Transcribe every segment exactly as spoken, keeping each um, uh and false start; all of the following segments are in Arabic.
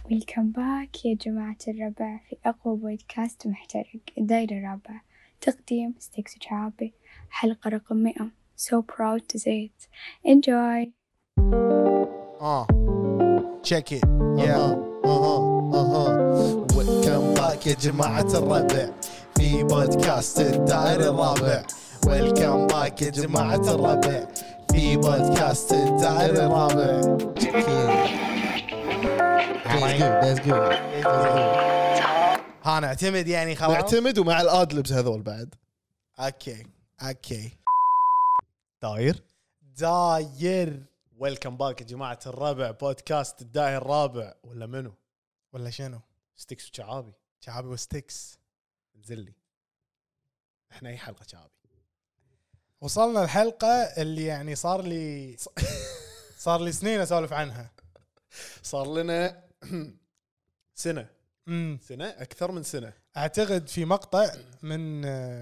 ويلكم باك يا جماعة الربع في أقوى بودكاست محترق الدايرة الرابعة. تقديم ستيكس وشعابي، حلقة رقم مئة. So proud to say it. Enjoy. Uh, check it. Yeah. Uh-huh. Uh-huh. Welcome back يا جماعة الربع في بودكاست الدايرة الرابع. Welcome back يا جماعة الربع في بودكاست الدايرة الرابع. Check it. That's good. That's good. ها نعتمد يعني خلاص. نعتمد ومع الادلبس هذول بعد. اوكي اوكي داير داير. ويلكم باك يا جماعة الربع بودكاست الداير الرابع ولا منو؟ ولا شنو؟ ستيكس وشعابي. شعابي وستيكس. انزل لي. احنا اي حلقة شعابي. وصلنا الحلقة اللي يعني صار لي صار لي سنين اسولف عنها. صار لنا سنة. امم سنة أكثر من سنة. اعتقد في مقطع من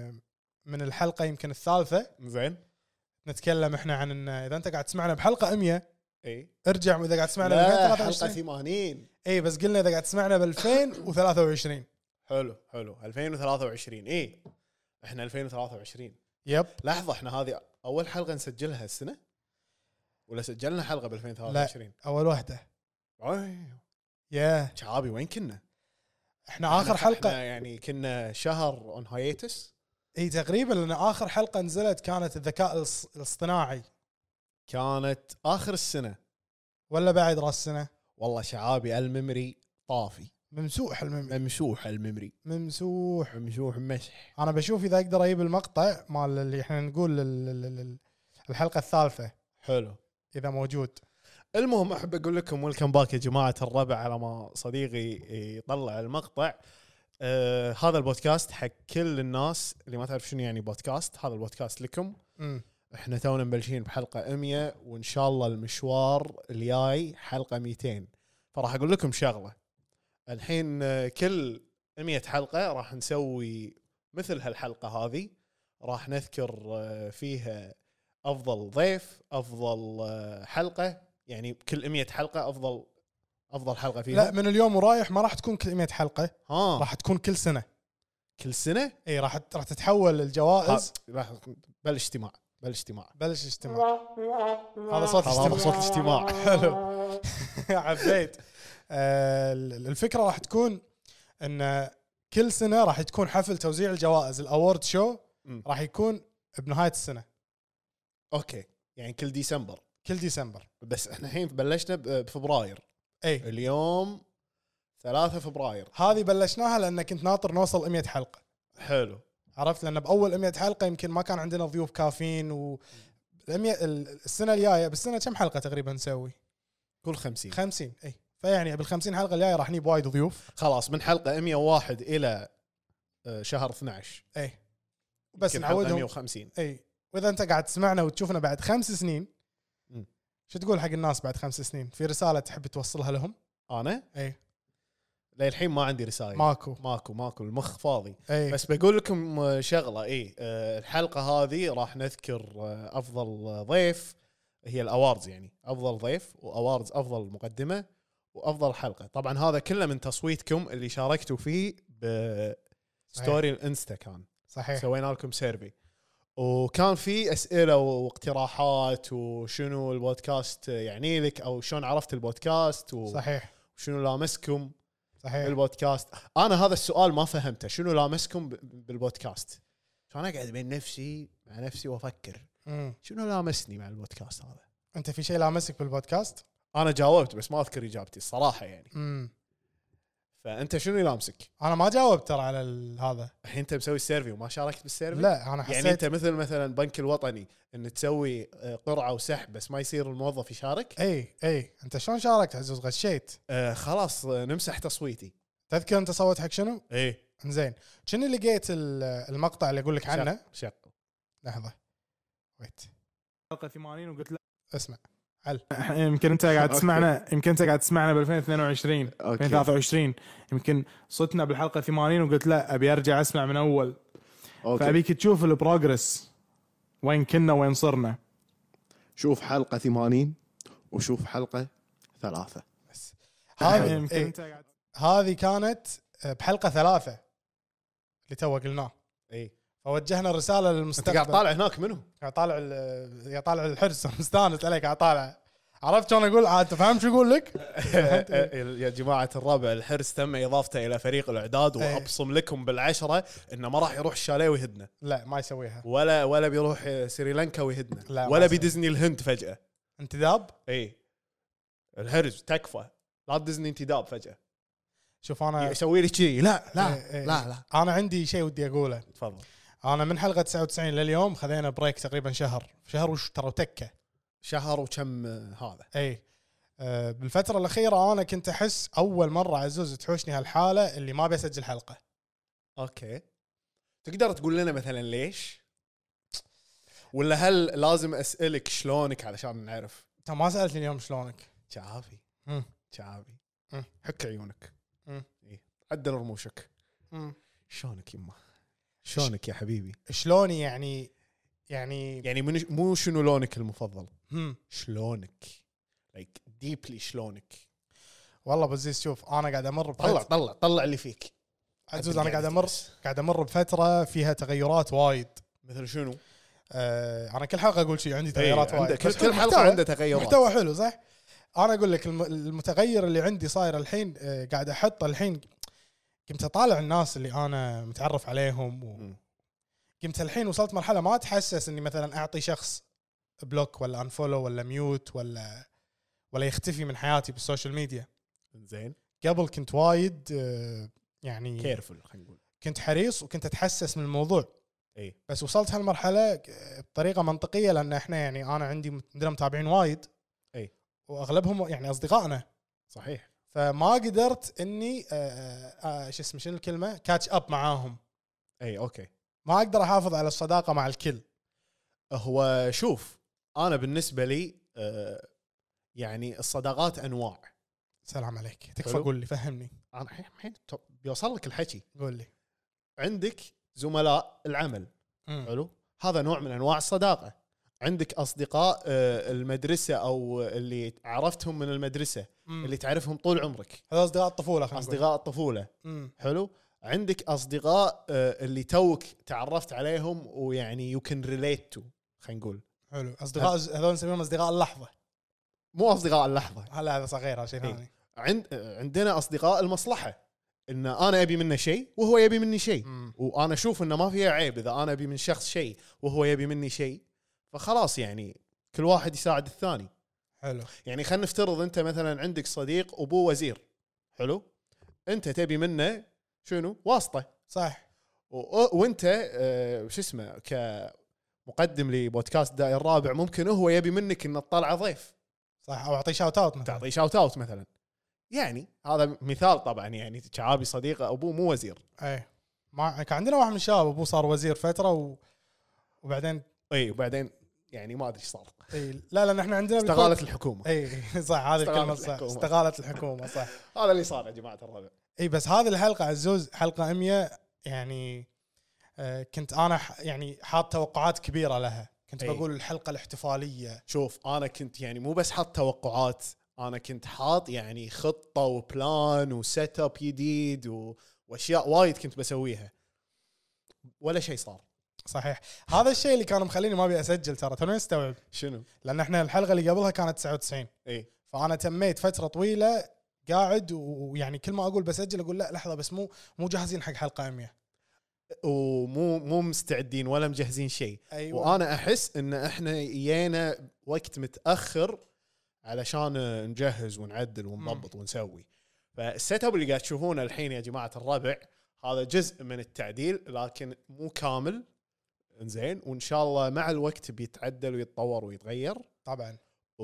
من الحلقة يمكن الثالثة. زين. نتكلم احنا عن ان اذا انت قاعد تسمعنا بحلقة مية اي ارجع، واذا قاعد تسمعنا لا ب حلقة ثمانين. اي بس قلنا اذا قاعد تسمعنا ب ألفين وثلاثة وعشرين. حلو حلو ألفين وثلاثة وعشرين. اي احنا ألفين وثلاثة وعشرين. يب لحظة، احنا هذه اول حلقة نسجلها السنة ولا سجلنا حلقة ب ألفين وثلاثة وعشرين؟ لا اول واحدة. ايوه يا شعابي وين كنا؟ احنا اخر حلقة احنا يعني كنا شهر اون هايتس. اي تقريبا، لان اخر حلقة نزلت كانت الذكاء الص- الاصطناعي. كانت اخر السنة ولا بعد راس السنة؟ والله شعابي الميموري طافي. ممسوح الميموري. ممسوح الميموري. ممسوح. ممسوح مسح. انا بشوف اذا اقدر اجيب المقطع مال اللي احنا نقول ال- ال- ال- الحلقة الثالثة حلو. اذا موجود. المهم احب اقول لكم ويلكم باك يا جماعة الربع على ما صديقي يطلع المقطع. آه هذا البودكاست حق كل الناس اللي ما تعرف شنو يعني بودكاست. هذا البودكاست لكم. امم احنا تونا مبلشين بحلقة مية وان شاء الله المشوار الجاي حلقة مئتين. فراح اقول لكم شغلة الحين. آه، كل مية حلقة راح نسوي مثل هالحلقة هذه. راح نذكر آه، فيها افضل ضيف، افضل آه، حلقة، يعني كل مية حلقة افضل افضل حلقة فيها. لا من اليوم ورايح ما راح تكون كل مية حلقة، ها راح تكون كل سنة. كل سنة. اي راح راح تتحول الجوائز. راح بل اجتماع بل اجتماع بلش اجتماع. هذا صوت هذا اجتماع. صوت الاجتماع. حلو. عبيت. آه، الفكرة راح تكون ان كل سنة راح تكون حفل توزيع الجوائز، الاورد شو م. راح يكون بنهاية السنة. اوكي يعني كل ديسمبر. كل ديسمبر. بس احنا الحين بلشنا ب- بفبراير. اي اليوم ثلاثة فبراير. هذه بلشناها لان كنت ناطر نوصل مية حلقة. حلو. عرفت، لان باول مية حلقة يمكن ما كان عندنا ضيوف كافيين. و السنة الجاية بالسنة كم حلقة تقريبا نسوي؟ كل خمسين. خمسين. اي فيعني بالخمسين حلقة الجاية راح نجيب وايد ضيوف. خلاص من حلقة مية وواحد إلى آه، شهر اثنا عشر. اي بس يمكن حلقة مية نعودهم. وخمسين. اي واذا انت قاعد تسمعنا وتشوفنا بعد خمس سنين، م. شو تقول حق الناس بعد خمس سنين؟ في رسالة تحب توصلها لهم؟ أنا اي للحين ما عندي رسائل. ماكو. ماكو ماكو المخ فاضي. اي بس بقول لكم آه، شغلة. إيه آه، الحلقة هذه راح نذكر آه، أفضل ضيف. هي الأواردز يعني أفضل ضيف وأواردز أفضل مقدمة وأفضل حلقة. طبعا هذا كله من تصويتكم اللي شاركتوا فيه بستوري الانستا. كان صحيح. سوينا لكم سيرفي وكان في أسئلة واقتراحات وشنو البودكاست يعني لك أو شلون عرفت البودكاست و- صحيح. وشنو لامسكم صحيح. البودكاست. أنا هذا السؤال ما فهمته، شنو لامسكم ب- بالبودكاست. فأنا قاعد بين نفسي مع نفسي وأفكر مم. شنو لامسني مع البودكاست هذا. انت في شيء لامسك بالبودكاست؟ أنا جاوبت بس ما أذكر إجابتي الصراحة يعني. مم. فأنت شنو يلامسك؟ انا ما جاوبت ترى على ال- هذا. الحين أنت مسوي السيرفي وما شاركت بالسيرفي؟ لا انا حسيت يعني أنت مثل مثلا البنك الوطني إن تسوي آه، قرعة وسحب بس ما يصير الموظف يشارك. اي اي انت شلون شاركت عزوز؟ غشيت. آه خلاص آه، نمسح تصويتي. تذكر انت صوت حق شنو؟ إيه زين شنو لقيت ال- المقطع اللي اقول لك عنه؟ شق. لحظة ويت. حلقة ثمانين وقلت لا اسمع هل يمكن انت قاعد تسمعنا يمكن انت قاعد تسمعنا ب ألفين واثنين وعشرين ألفين وثلاثة وعشرين يمكن صوتنا بالحلقة ثمانين وقلت لا ابي ارجع اسمع من اول. أوكي. فابيك تشوف البروجرس وين كنا وين صرنا. شوف حلقة ثمانين وشوف حلقة ثلاثة. هذه يمكن إيه. انت قاعد هذه كانت بحلقه ثلاثه اللي تو قلناه. اي فوجهنا الرساله انت للمستقبل. قاعد طالع هناك منو؟ قاعد طالع ال- قاعد طالع الحرس مستانس عليك. قاعد طالع عرفت شلون اقول عاد تفهم شو اقول لك. يا جماعه الربع الحرس تم اضافته الى فريق الاعداد إيه. وابصم لكم بالعشره انه ما راح يروح الشاليه ويهدنا لا ما يسويها. ولا ولا بيروح سريلانكا ويهدنا لا، ما ولا يسوي. بديزني الهند فجاه. انتداب. اي الحرس تكفى لا ديزني انتداب فجاه شوف انا يسوي لي شيء. لا لا إيه إيه. لا لا انا عندي شيء ودي اقوله. تفضل. انا من حلقه تسعة وتسعين لليوم خذينا بريك تقريبا شهر شهر وش ترى تكه. شهر وكم هذا. اي أه بالفتره الاخيره انا كنت احس اول مره عزوز تحوشني هالحاله اللي ما بسجل حلقه. اوكي تقدر تقول لنا مثلا ليش؟ ولا هل لازم اسالك شلونك علشان نعرف؟ انت ما سالتني اليوم شلونك. شعافي مم. شعافي مم. حك عيونك. مم. إيه. عدل رموشك. مم. شلونك يما؟ شلونك يا حبيبي؟ شلوني يعني يعني يعني من مو شنو لونك المفضل، مم. شلونك لايك ديبلي شلونك. والله بزيز شوف انا قاعد امر طلع بفتره طلع طلع اللي فيك. عزوز انا قاعد امر قاعد امر بفتره فيها تغيرات وايد. مثل شنو؟ آه انا كل حلقه اقول شيء عندي تغيرات إيه، وايد. عندك كل بس كل حلقه محتوى- عنده تغيرات. محتوى حلو صح. انا اقول لك الم- المتغير اللي عندي صاير الحين آه، قاعد احط الحين. قمت اطالع الناس اللي انا متعرف عليهم و... مم. قمت الحين وصلت مرحله ما اتحسس اني مثلا اعطي شخص بلوك ولا انفولو ولا ميوت ولا ولا يختفي من حياتي بالسوشيال ميديا. زين قبل كنت وايد آه، يعني كيرفل خلينا نقول. كنت حريص وكنت اتحسس من الموضوع. اي بس وصلت هالمرحله بطريقه منطقيه لان احنا يعني انا عندي عندنا متابعين وايد. اي واغلبهم يعني اصدقائنا. صحيح. فما قدرت اني آه، آه، شو اسمه شنو الكلمه كاتش اب معاهم. اي اوكي. ما اقدر احافظ على الصداقه مع الكل. هو شوف انا بالنسبه لي آه يعني الصداقات انواع. سلام عليك تكفى حلو. قول لي فهمني. انا الحين الحين تو- بيوصل لك الحكي. قول لي. عندك زملاء العمل مم. حلو، هذا نوع من انواع الصداقه. عندك اصدقاء آه، المدرسه او اللي عرفتهم من المدرسه مم. اللي تعرفهم طول عمرك، هذا اصدقاء الطفوله خلينا نقول. اصدقاء الطفوله. مم. حلو. عندك اصدقاء آه، اللي توك تعرفت عليهم ويعني يو كان ريليت تو خلينا نقول. حلو اصدقاء هذول نسميهم اصدقاء اللحظه. مو اصدقاء اللحظه. هلا هذا صغير هذا شيء إيه. ثاني. عند آه، عندنا اصدقاء المصلحه، ان انا ابي منه شيء وهو يبي مني شيء، مم. وانا اشوف انه ما فيها عيب اذا انا ابي من شخص شيء وهو يبي مني شيء، فخلاص يعني كل واحد يساعد الثاني. حلو. يعني خلينا نفترض انت مثلا عندك صديق ابوه وزير، حلو، انت تبي منه شنو واسطه، صح. و- وانت آه، شو اسمه كمقدم لبودكاست دائر الرابع ممكن هو يبي منك ان تطلع ضيف صح او اعطيه شاوت اوت مثلا. تعطيه شاوت اوت مثلا. يعني هذا مثال طبعا، يعني شعابي صديقه ابوه مو وزير. اي ما كان عندنا واحد من الشباب ابوه صار وزير فتره و... وبعدين اي وبعدين يعني ما ادري ايش صار، اي لا لان احنا عندنا استقالت الحكومه. اي صح هذه استقالت الكلمه صح الحكومة. استقالت الحكومه صح. هذا اللي صار يا جماعه الربع. اي بس هذه الحلقه عزوز حلقه مية يعني آه كنت انا ح- يعني حاط توقعات كبيره لها. كنت أي. بقول الحلقه الاحتفاليه. شوف انا كنت يعني مو بس حاط توقعات، انا كنت حاط يعني خطه وبلان وسيت اب جديد و... واشياء وايد كنت بسويها، ولا شيء صار. صحيح هذا الشيء اللي كان مخليني ما ابي اسجل ترى توني استوعب. شنو؟ لان احنا الحلقه اللي قبلها كانت تسعة وتسعين اي فانا تميت فتره طويله قاعد ويعني كل ما اقول بسجل اقول لا لحظه بس مو مو جاهزين حق حلقه مية. ومو مو مستعدين ولا مجهزين شيء. أيوة. وانا احس ان احنا جينا وقت متاخر علشان نجهز ونعدل ونضبط ونسوي. فالسيت اب اللي قاعد تشوفونه الحين يا جماعه الربع هذا جزء من التعديل لكن مو كامل. انزين وان شاء الله مع الوقت بيتعدل ويتطور ويتغير طبعا.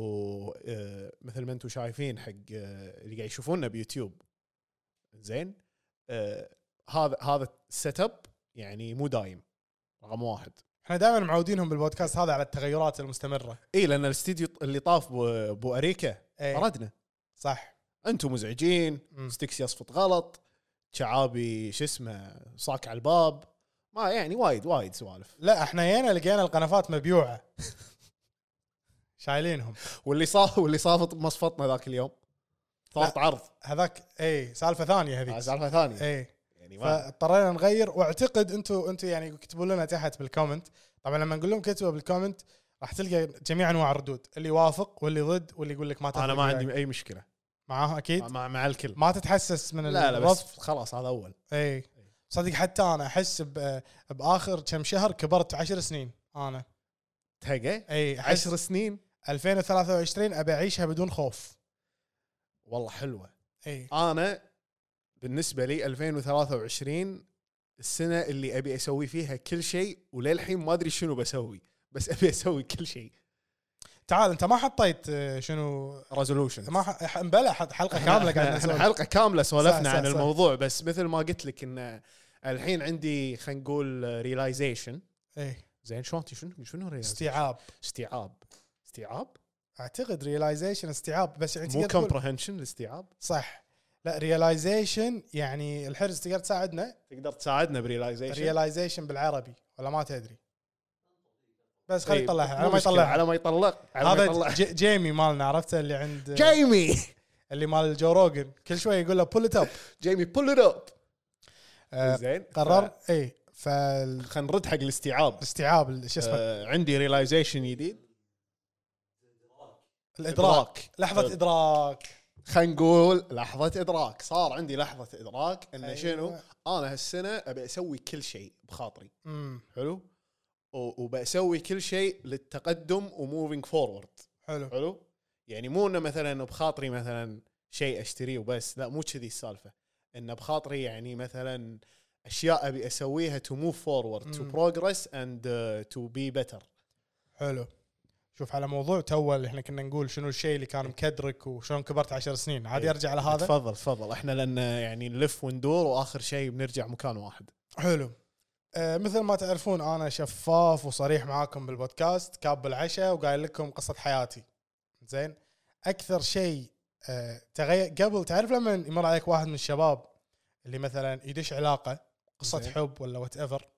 ومثل ما انتم شايفين حق آه، اللي قاعد يشوفونا بيوتيوب. زين آه، هذا هذا السيت اب يعني مو دايم رقم واحد. احنا دائما معودينهم بالبودكاست هذا على التغيرات المستمره. اي لان الاستديو اللي طاف بو, بو اريكا أي. طردنا. صح. انتم مزعجين، مم. ستيكس يصفط غلط، شعابي شو اسمه صاك على الباب، ما يعني وايد وايد سوالف. لا احنا جينا لقينا القنفات مبيوعه شايلينهم. واللي صاف واللي صافط مصفطنا ذاك اليوم صارت عرض هذاك اي سالفه ثانيه هذيك سالفه ثانيه اي يعني ما فاضطرينا نغير. واعتقد انتم انتم يعني اكتبوا لنا تحت بالكومنت. طبعا لما نقول لهم كتبوا بالكومنت راح تلقى جميع انواع الردود، اللي يوافق واللي ضد واللي يقول لك ما تفرق. انا ما عندي اي مشكله معاه اكيد مع, مع الكل، ما تتحسس من لا لا الرفض. بس خلاص هذا اول. اي صدق حتى انا احس باخر كم شهر كبرت عشر سنين انا تهقى اي عشر سنين. ألفين وثلاثة وعشرين ابي اعيشها بدون خوف. والله حلوه. اي انا بالنسبه لي ألفين وثلاثة وعشرين السنه اللي ابي اسوي فيها كل شيء، وللحين ما ادري شنو بسوي بس ابي اسوي كل شيء. تعال انت ما حطيت شنو ريزولوشن؟ ما ح... امبلا حلقه كامله قاعد احنا نسولف. حلقه كامله سولفنا صح صح عن صح. الموضوع، بس مثل ما قلت لك ان الحين عندي خلينا نقول ريلايزيشن. اي زين شلون شنو شنو realization؟ استيعاب استيعاب استيعاب اعتقد ريلايزيشن استيعاب، بس يعني مو تقدر تقول كومبرهنشن الاستيعاب. صح. لا ريلايزيشن يعني الحرز تقدر تساعدنا. تقدر تساعدنا بريلايزيشن. ريلايزيشن بالعربي ولا ما تدري؟ بس خلي إيه، يطلعها مو على ما مشكلة، يطلع. على ما يطلق على ما هذا يطلع. ج- جيمي مالنا عرفته اللي عند جيمي اللي مال جو روجن كل شوي يقول له بول ات اب. جيمي بول ات اب. زين قرر اي فالاستيعاب خلينا نرد حق الاستيعاب. شو اسمه آه عندي ريلايزيشن جديد. الادراك. لحظه حلو. ادراك. خلينا نقول لحظه ادراك. صار عندي لحظه ادراك ان أيوة. شنو انا هالسنه ابي اسوي كل شيء بخاطري. امم حلو. و- وبسوي كل شيء للتقدم وموفينج فورورد. حلو حلو. يعني مو انه مثلا بخاطري مثلا شيء اشتريه وبس، لا مو كذي السالفه. انه بخاطري يعني مثلا اشياء ابي اسويها تو موف فورورد تو مم. بروجرس اند تو بي بيتر. حلو. شوف على موضوع تو اللي احنا كنا نقول شنو الشيء اللي كان مكدرك وشلون كبرت عشر سنين، عادي إيه. ارجع لهذا. تفضل تفضل. احنا لان يعني نلف وندور واخر شيء بنرجع مكان واحد. حلو. آه مثل ما تعرفون انا شفاف وصريح معاكم بالبودكاست، كاب العشاء وقايل لكم قصة حياتي. زين اكثر شيء آه تغير قبل، تعرف لما يمر عليك واحد من الشباب اللي مثلا يدش علاقة قصة زين. حب ولا وات ايفر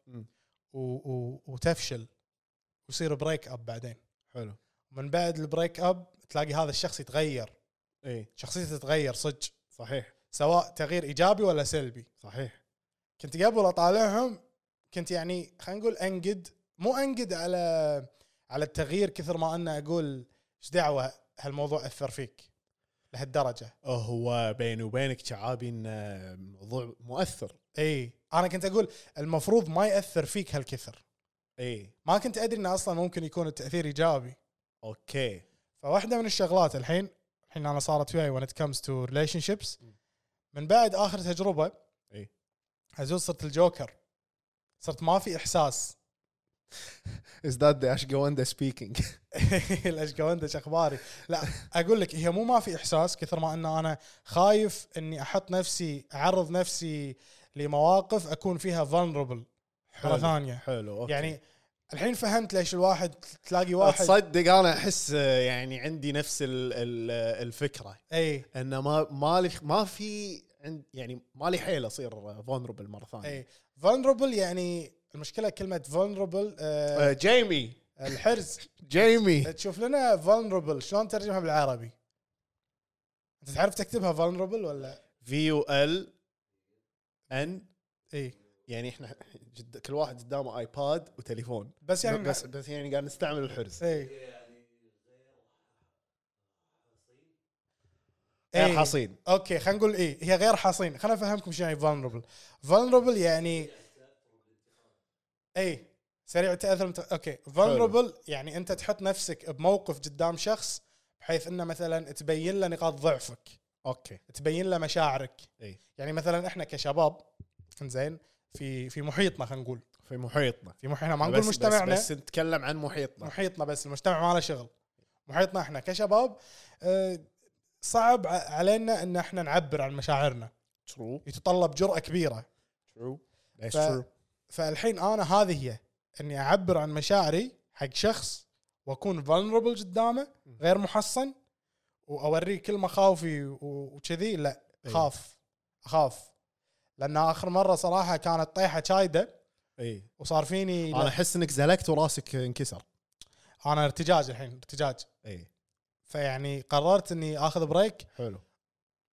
وتفشل ويصير بريك اب بعدين. حلو. من بعد البريك اب تلاقي هذا الشخص يتغير، اي شخصيته تتغير صدق، صحيح سواء تغيير ايجابي ولا سلبي. صحيح. كنت قبل اطالعهم كنت يعني خلينا نقول انقد، مو انقد على على التغيير كثر ما انا اقول ايش دعوه هالموضوع اثر فيك لهالدرجه. هو بيني وبينك شعابي ان الموضوع مؤثر. اي انا كنت اقول المفروض ما ياثر فيك هالكثر، اي ما كنت ادري انه اصلا ممكن يكون التاثير ايجابي. اوكي. فواحده من الشغلات الحين الحين انا صارت وياي when it comes to relationships من بعد اخر تجربه اي عزوز صرت الجوكر، صرت ما في احساس. Is that the Ashgawanda speaking؟ الاشقوندش اخباري. لا اقول لك هي مو ما في احساس كثر ما ان انا خايف اني احط نفسي اعرض نفسي لمواقف اكون فيها vulnerable مره ثانيه. حلو أوكي. يعني الحين فهمت ليش الواحد تلاقي واحد تصدق انا احس يعني عندي نفس ال- ال- الفكره، اي ان ما ما لي ما في عند يعني ما لي حيل اصير vulnerable مره ثانيه. اي vulnerable يعني المشكله كلمه vulnerable آه، آه جيمي الحرز جيمي تشوف لنا vulnerable شلون ترجمها بالعربي؟ انت تعرف تكتبها vulnerable ولا؟ في يو ال ان. اي يعني احنا جد كل واحد قدامه ايباد وتليفون، بس يعني بس بس يعني قاعد نستعمل الحرز. اي غير إيه. حصين. اوكي خلينا نقول ايه هي غير حصين. خلينا افهمكم شنو يعني vulnerable. vulnerable يعني اي سريع التاثر مت... اوكي vulnerable يعني انت تحط نفسك بموقف قدام شخص بحيث انه مثلا تبين له نقاط ضعفك، اوكي تبين له مشاعرك. اي يعني مثلا احنا كشباب زين في في محيطنا، خلينا نقول في محيطنا، في محيطنا ما نقول بس مجتمعنا بس, بس نتكلم عن محيطنا. محيطنا بس المجتمع ما له شغل. محيطنا احنا كشباب أه صعب علينا ان احنا نعبر عن مشاعرنا، ترو يتطلب جرأة كبيرة. ترو ذاتس ف- ترو. فالحين انا هذه هي اني اعبر عن مشاعري حق شخص واكون vulnerable قدامه غير محصن واوريه كل مخاوفي و- وكذي. لا إيه. خاف اخاف لان اخر مره صراحه كانت طيحه شايده اي وصار فيني انا احس انك زلكت وراسك انكسر. انا ارتجاج الحين ارتجاج. اي فيعني قررت اني اخذ بريك حلو.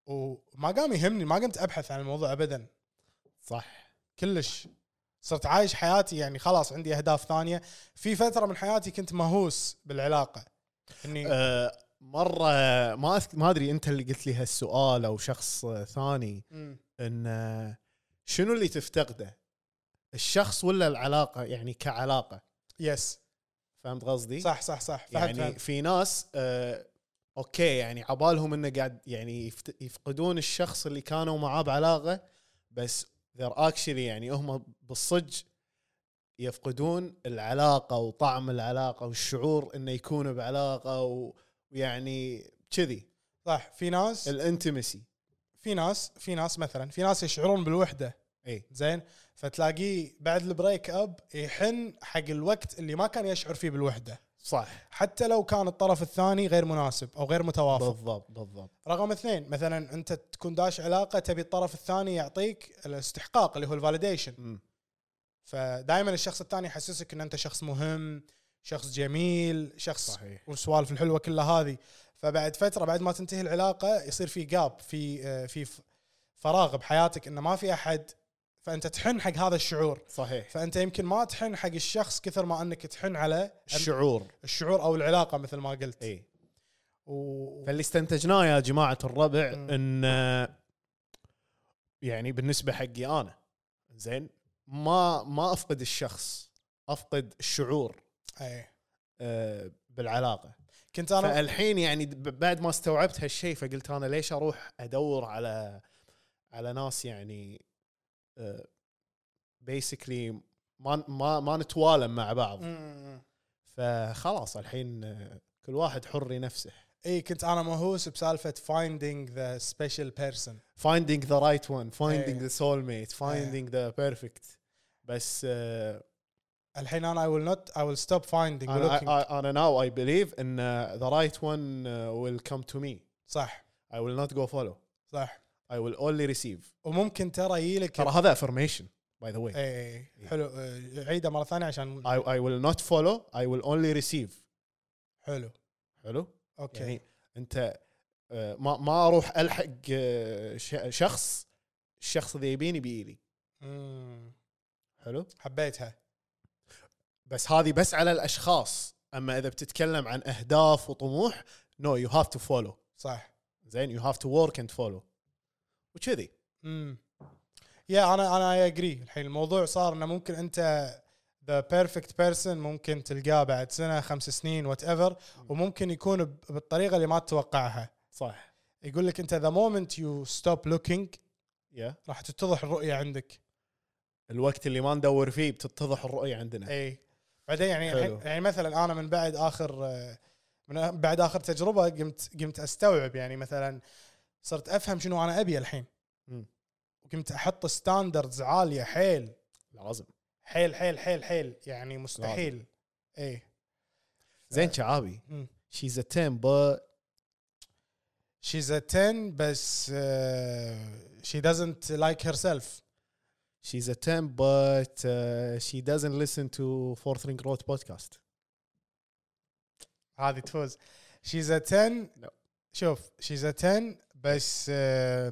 وما قام يهمني، ما قمت ابحث عن الموضوع ابدا صح كلش. صرت عايش حياتي يعني خلاص عندي اهداف ثانيه. في فتره من حياتي كنت مهووس بالعلاقه اني أه مره ما أذك... ما ادري انت اللي قلت لي هالسؤال او شخص ثاني، مم. ان شنو اللي تفتقده، الشخص ولا العلاقه؟ يعني كعلاقه. يس فهمت قصدي؟ صح صح صح فهمت يعني فهمت. في ناس آه اوكي يعني عبالهم انه قاعد يعني يفت- يفقدون الشخص اللي كانوا معاه بعلاقه، بس they're actually يعني هم بالصج يفقدون العلاقه وطعم العلاقه والشعور انه يكونوا بعلاقه و- ويعني كذي صح. في ناس الانتمسي. في ناس في ناس مثلا في ناس يشعرون بالوحده اي زين، فتلاقيه بعد البريك اب يحن حق الوقت اللي ما كان يشعر فيه بالوحده، صح حتى لو كان الطرف الثاني غير مناسب او غير متوافق. بالضبط بالضبط رقم اثنين، مثلا انت تكون داش علاقه تبي الطرف الثاني يعطيك الاستحقاق اللي هو الفاليديشن، مم. فدائما الشخص الثاني يحسسك ان انت شخص مهم، شخص جميل، شخص صحيح والسوالف الحلوه كلها هذه. فبعد فتره بعد ما تنتهي العلاقه يصير في جاب، في آه، في ف- فراغ بحياتك انه ما في احد، فانت تحن حق هذا الشعور. صحيح فانت يمكن ما تحن حق الشخص كثر ما انك تحن على الشعور. الشعور او العلاقه مثل ما قلت. اي و... فاللي استنتجناه يا جماعه الربع مم. ان يعني بالنسبه حقي انا زين ما ما افقد الشخص، افقد الشعور اي آه، بالعلاقه. كنت انا فالحين يعني ب- بعد ما استوعبت هالشيء فقلت انا ليش اروح ادور على على ناس يعني بيسكلي ما ما ما نتوالم مع بعض. مم. فخلاص الحين آه، كل واحد حر لنفسه. اي كنت انا مهووس بسالفه finding the special person. finding the right one, finding إيه. the soulmate, finding the perfect. بس uh, الحين انا I will not I will stop finding أنا, looking. I, I, أنا now I believe إن uh, the right one uh, will come to me. صح I will not go follow. صح. I will only receive. وممكن ترى يجيلك ترى هذا affirmation by the way. اي حلو. آه، عيده مره ثانيه عشان I, I will not follow. I will only receive. حلو. حلو. اوكي يعني أنت uh, ما ما أروح ألحق uh, ش- شخص الشخص اللي يبيني بيجي. مم. حلو. حبيتها. بس هذه بس على الاشخاص، اما اذا بتتكلم عن اهداف وطموح no you have to follow. صح. زين you have to work and follow وكذي. امم يا انا انا اجري. الحين الموضوع صار انه ممكن انت the perfect person ممكن تلقاه بعد سنه خمس سنين وات ايفر، وممكن يكون ب- بالطريقه اللي ما تتوقعها. صح. يقول لك انت the moment you stop looking yeah. راح تتضح الرؤيه عندك. الوقت اللي ما ندور فيه بتتضح الرؤيه عندنا. اي بعدين يعني حلو. الحين- يعني مثلا انا من بعد اخر من بعد اخر تجربه قمت قمت استوعب، يعني مثلا صرت افهم شنو انا ابي الحين، مم. وقمت احط ستاندردز عاليه حيل لازم. حيل حيل حيل حيل يعني مستحيل. اي زين شعابي مم. she's a ten but she's a ten بس uh, she doesn't like herself. she's a ten but uh, she doesn't listen to Fourth Ring Road podcast. هذه تفوز. she's a ten. No. شوف she's a ten بس uh,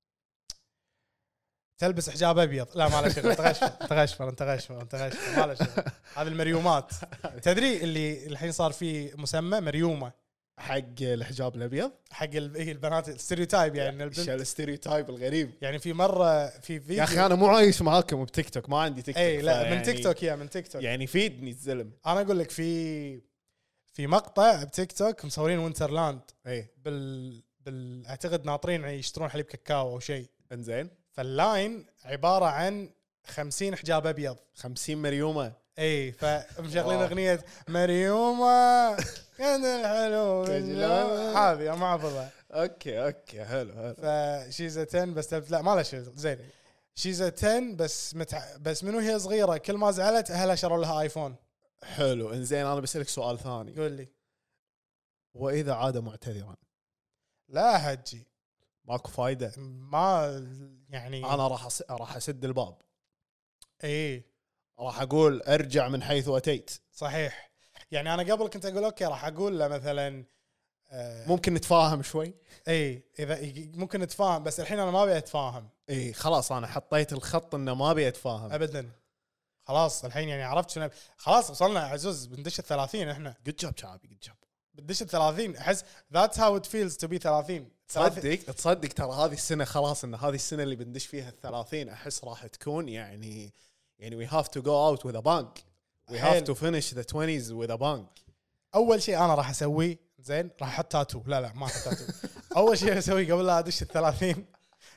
تلبس حجاب ابيض. لا ما له شغل. تغشمر تغشمر انت غشمر انت غشمر ما له شغل. هذه المريومات. تدري اللي الحين صار في مسمى مريومه حق الحجاب الابيض حق ال- هي البنات الستيريوتايب، يعني ايش البنت الستيريوتايب الغريب. يعني في مره في فيديو يا اخي انا مو عايش معاكم بتيك توك، ما عندي تيك توك. اي لا من فيعني- تيك توك. يا من تيك توك. يعني فيدني الزلم. انا اقول لك في في مقطع بتيك توك مصورين وينترلاند اي بال بال اعتقد ناطرين يشترون حليب كاكاو او شيء، انزين فاللاين عباره عن خمسين حجاب ابيض. خمسين مريومه. اي فمشغلين واو. اغنيه مريومه كان الحلو تجلى. هذه ما احفظها. اوكي اوكي حلو حلو. فشيزا عشرة بس لا ما له شغل. زين شيزا عشرة بس متع... بس منو هي صغيره كل ما زعلت اهلها شروا لها ايفون. حلو انزين انا بسألك سؤال ثاني. قول لي. واذا عاد معتذرا لا هجي ماكو فايده. ما يعني انا راح أس... راح اسد الباب، اي راح اقول ارجع من حيث اتيت. صحيح. يعني انا قبل كنت اقول اوكي راح اقول له مثلا آه ممكن نتفاهم شوي. اي اذا ممكن نتفاهم، بس الحين انا ما ابي اتفاهم. اي خلاص انا حطيت الخط انه ما ابي اتفاهم ابدا. خلاص الحين يعني عرفت شنو. خلاص وصلنا عزوز بندش الثلاثين احنا. جود جوب شعبي جود جوب. بندش الثلاثين احس that's how it feels to be ثلاثين. تصدق تصدق ترى هذه السنه خلاص ان هذه السنه اللي بندش فيها الثلاثين احس راح تكون يعني يعني we have to go out with a bang. we have to finish the twenties with a bang. اول شيء انا راح اسويه زين راح احط تاتو. لا لا ما احط تاتو. اول شيء اسويه قبل لا ادش الثلاثين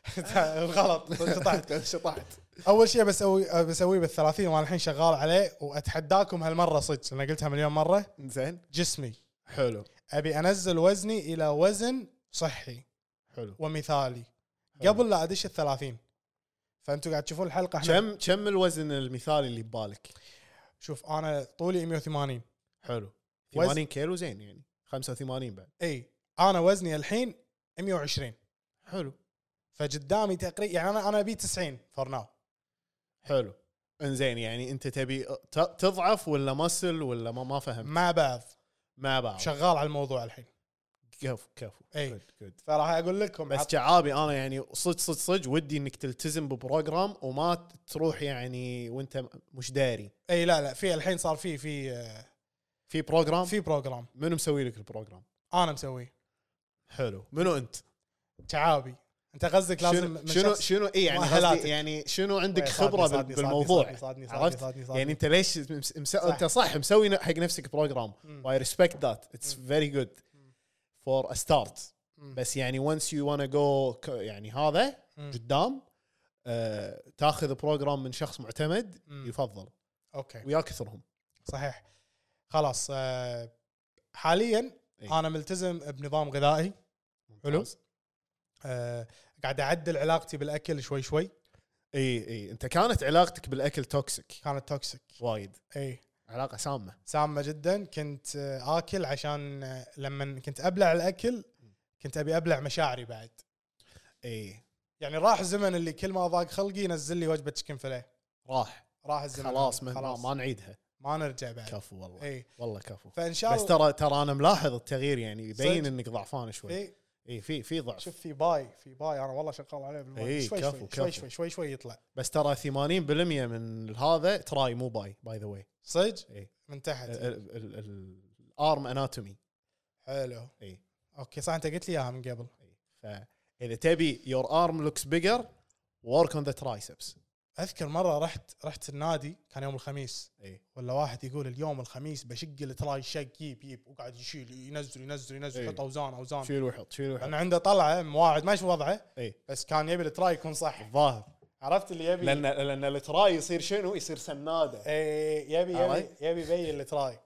غلط شطحت شطحت. اول شيء بسوي بسويه بالثلاثين وانا الحين شغال عليه واتحداكم هالمره صدق انا قلتها مليون مره. زين جسمي حلو. ابي انزل وزني الى وزن صحي حلو ومثالي حلو. قبل لا ادش الثلاثين. فانتوا قاعد تشوفون الحلقه احنا كم كم الوزن المثالي اللي ببالك؟ شوف انا طولي مية وثمانين. حلو وزن- ثمانين كيلو زين يعني خمسة وثمانين بعد. اي انا وزني الحين مية وعشرين. حلو فقدامي تقريبا يعني انا انا ابي تسعين فور ناو. حلو انزين يعني انت تبي ت- تضعف ولا مسل ولا ما ما فهمت مع بعض مع بعض. شغال على الموضوع الحين. كفو كفو اي. good, good. فراح اقول لكم بس عط- شعابي انا يعني صدق صدق صدق ودي انك تلتزم ببروجرام وما تروح يعني وانت مش داري. اي لا لا في الحين صار في في آه، في بروجرام. في بروجرام منو مسوي لك البروجرام؟ انا مسويه. حلو. منو انت؟ شعابي. انت قصدك لازم شنو من شنو, شخص- شنو اي يعني مؤهلاتك. قصدي يعني شنو عندك صادني- خبره صادني- بال- صادني- بالموضوع؟ صادني- صادني- صادني- عرفت صادني- صادني. يعني انت ليش مس... مس... صح. انت صح مسوي حق نفسك بروجرام مم. واي ريسبكت ذات اتس فيري جود فور ا ستارت. مم. بس يعني once you wanna go يعني هذا مم. قدام آه تاخذ بروجرام من شخص معتمد مم. يفضل اوكي ويا كثرهم. صحيح. خلاص آه، حاليا إيه. انا ملتزم بنظام غذائي حلو. ممتاز. آه، قاعد اعدل علاقتي بالاكل شوي شوي. اي اي انت كانت علاقتك بالاكل توكسيك كانت توكسيك. وايد. اي علاقه سامه. سامه جدا. كنت آه، اكل عشان آه، لما كنت ابلع الاكل كنت ابي ابلع مشاعري بعد. اي يعني راح الزمن اللي كل ما ضاق خلقي ينزل لي وجبه تشكن فيليه. راح راح الزمن خلاص هذا. ما, خلاص ما نعيدها. ما نرجع بعد. كفو والله. اي والله كفو. فان شاء بس الله ترى ترى انا ملاحظ التغيير يعني يبين صدق. انك ضعفان شوي. اي اي في في ضعف. شوف في باي في باي انا والله شغال عليه بالموضوع. إيه، شوي كفو، شوي, كفو. شوي شوي شوي شوي يطلع. بس ترى ثمانين بالمية من هذا تراي مو باي باي ذا واي. صدق اي من تحت. الارم اناتومي. حلو. اي اوكي صح انت قلت لي اياها من قبل. فاذا تبي يور ارم لوكس بيجر ورك اون ذا ترايسبس. اذكر مره رحت رحت النادي كان يوم الخميس اي ولا واحد يقول اليوم الخميس بشق التراي شق يب يب وقاعد يشيل ينزل ينزل ينزل إيه. يحط اوزان اوزان. شيل وحط شيل وحط. لان عنده طلعه مواعد ما يشوف وضعه اي بس كان يبي التراي يكون صح. الظاهر عرفت اللي يبي لان لان التراي يصير شنو؟ يصير سناده. إيه يبي يبي عرفت؟ يبي يبين التراي.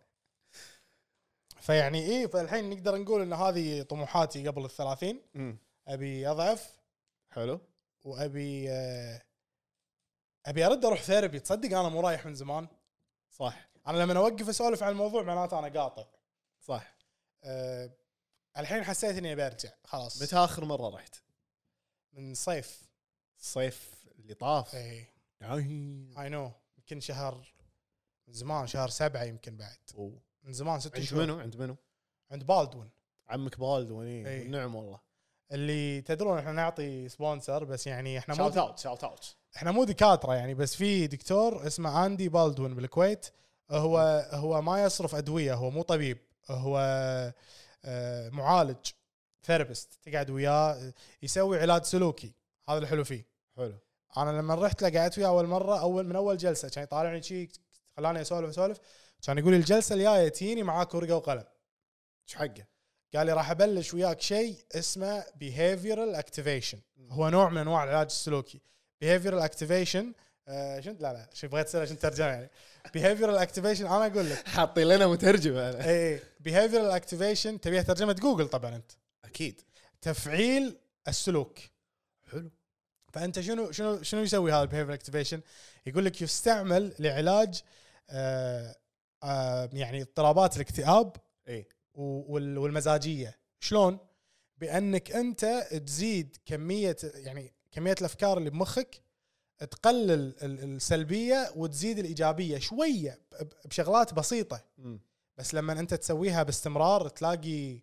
فيعني ايه فالحين نقدر نقول ان هذه طموحاتي قبل الثلاثين. امم ابي اضعف حلو. وابي آه، ابي ارد اروح ثيرابي. تصدق انا مو رايح من زمان. صح انا لما اوقف اسولف عن الموضوع معناته انا قاطع. صح. أه الحين حسيت اني ابي ارجع خلاص. متى اخر مره رحت؟ من صيف. الصيف اللي طاف. اي اي اي نو يمكن شهر من زمان شهر سبعة يمكن بعد أوه. من زمان ست عند شهور. منو عند منو؟ عند بالدون عمك بالدون. اي إيه. نعم والله. اللي تدرون احنا نعطي سبونسر بس يعني احنا مو شاوت اوت شاوت اوت. احنا مو دكاتره يعني بس في دكتور اسمه اندي بالدون بالكويت. هو هو ما يصرف ادويه هو مو طبيب هو آه، معالج ثيرابيست تقعد وياه يسوي علاج سلوكي. هذا الحلو فيه. حلو. انا لما رحت له قعدت وياه اول مره اول من اول جلسه كان يطالعني شيء خلاني اسولف اسولف كان يقول لي الجلسه الجايه تجيني معاك ورقه وقلم. ايش حقه؟ قال لي راح ابلش وياك شيء اسمه behavioral activation. هو نوع من انواع العلاج السلوكي. behavioral activation آه شنت لا لا شو بغيت اسوي عشان ترجمه يعني behavioral activation انا اقول لك حاطين لنا مترجم انا. اي behavioral activation تبيها ترجمه جوجل طبعا انت. اكيد. تفعيل السلوك. حلو. فانت شنو شنو شنو يسوي هذا behavioral activation؟ يقول لك يستعمل لعلاج آه آه يعني اضطرابات الاكتئاب اي وال- والمزاجيه. شلون؟ بانك انت تزيد كميه يعني كميه الافكار اللي بمخك تقلل ال- السلبيه وتزيد الايجابيه شويه ب- بشغلات بسيطه. مم. بس لما انت تسويها باستمرار تلاقي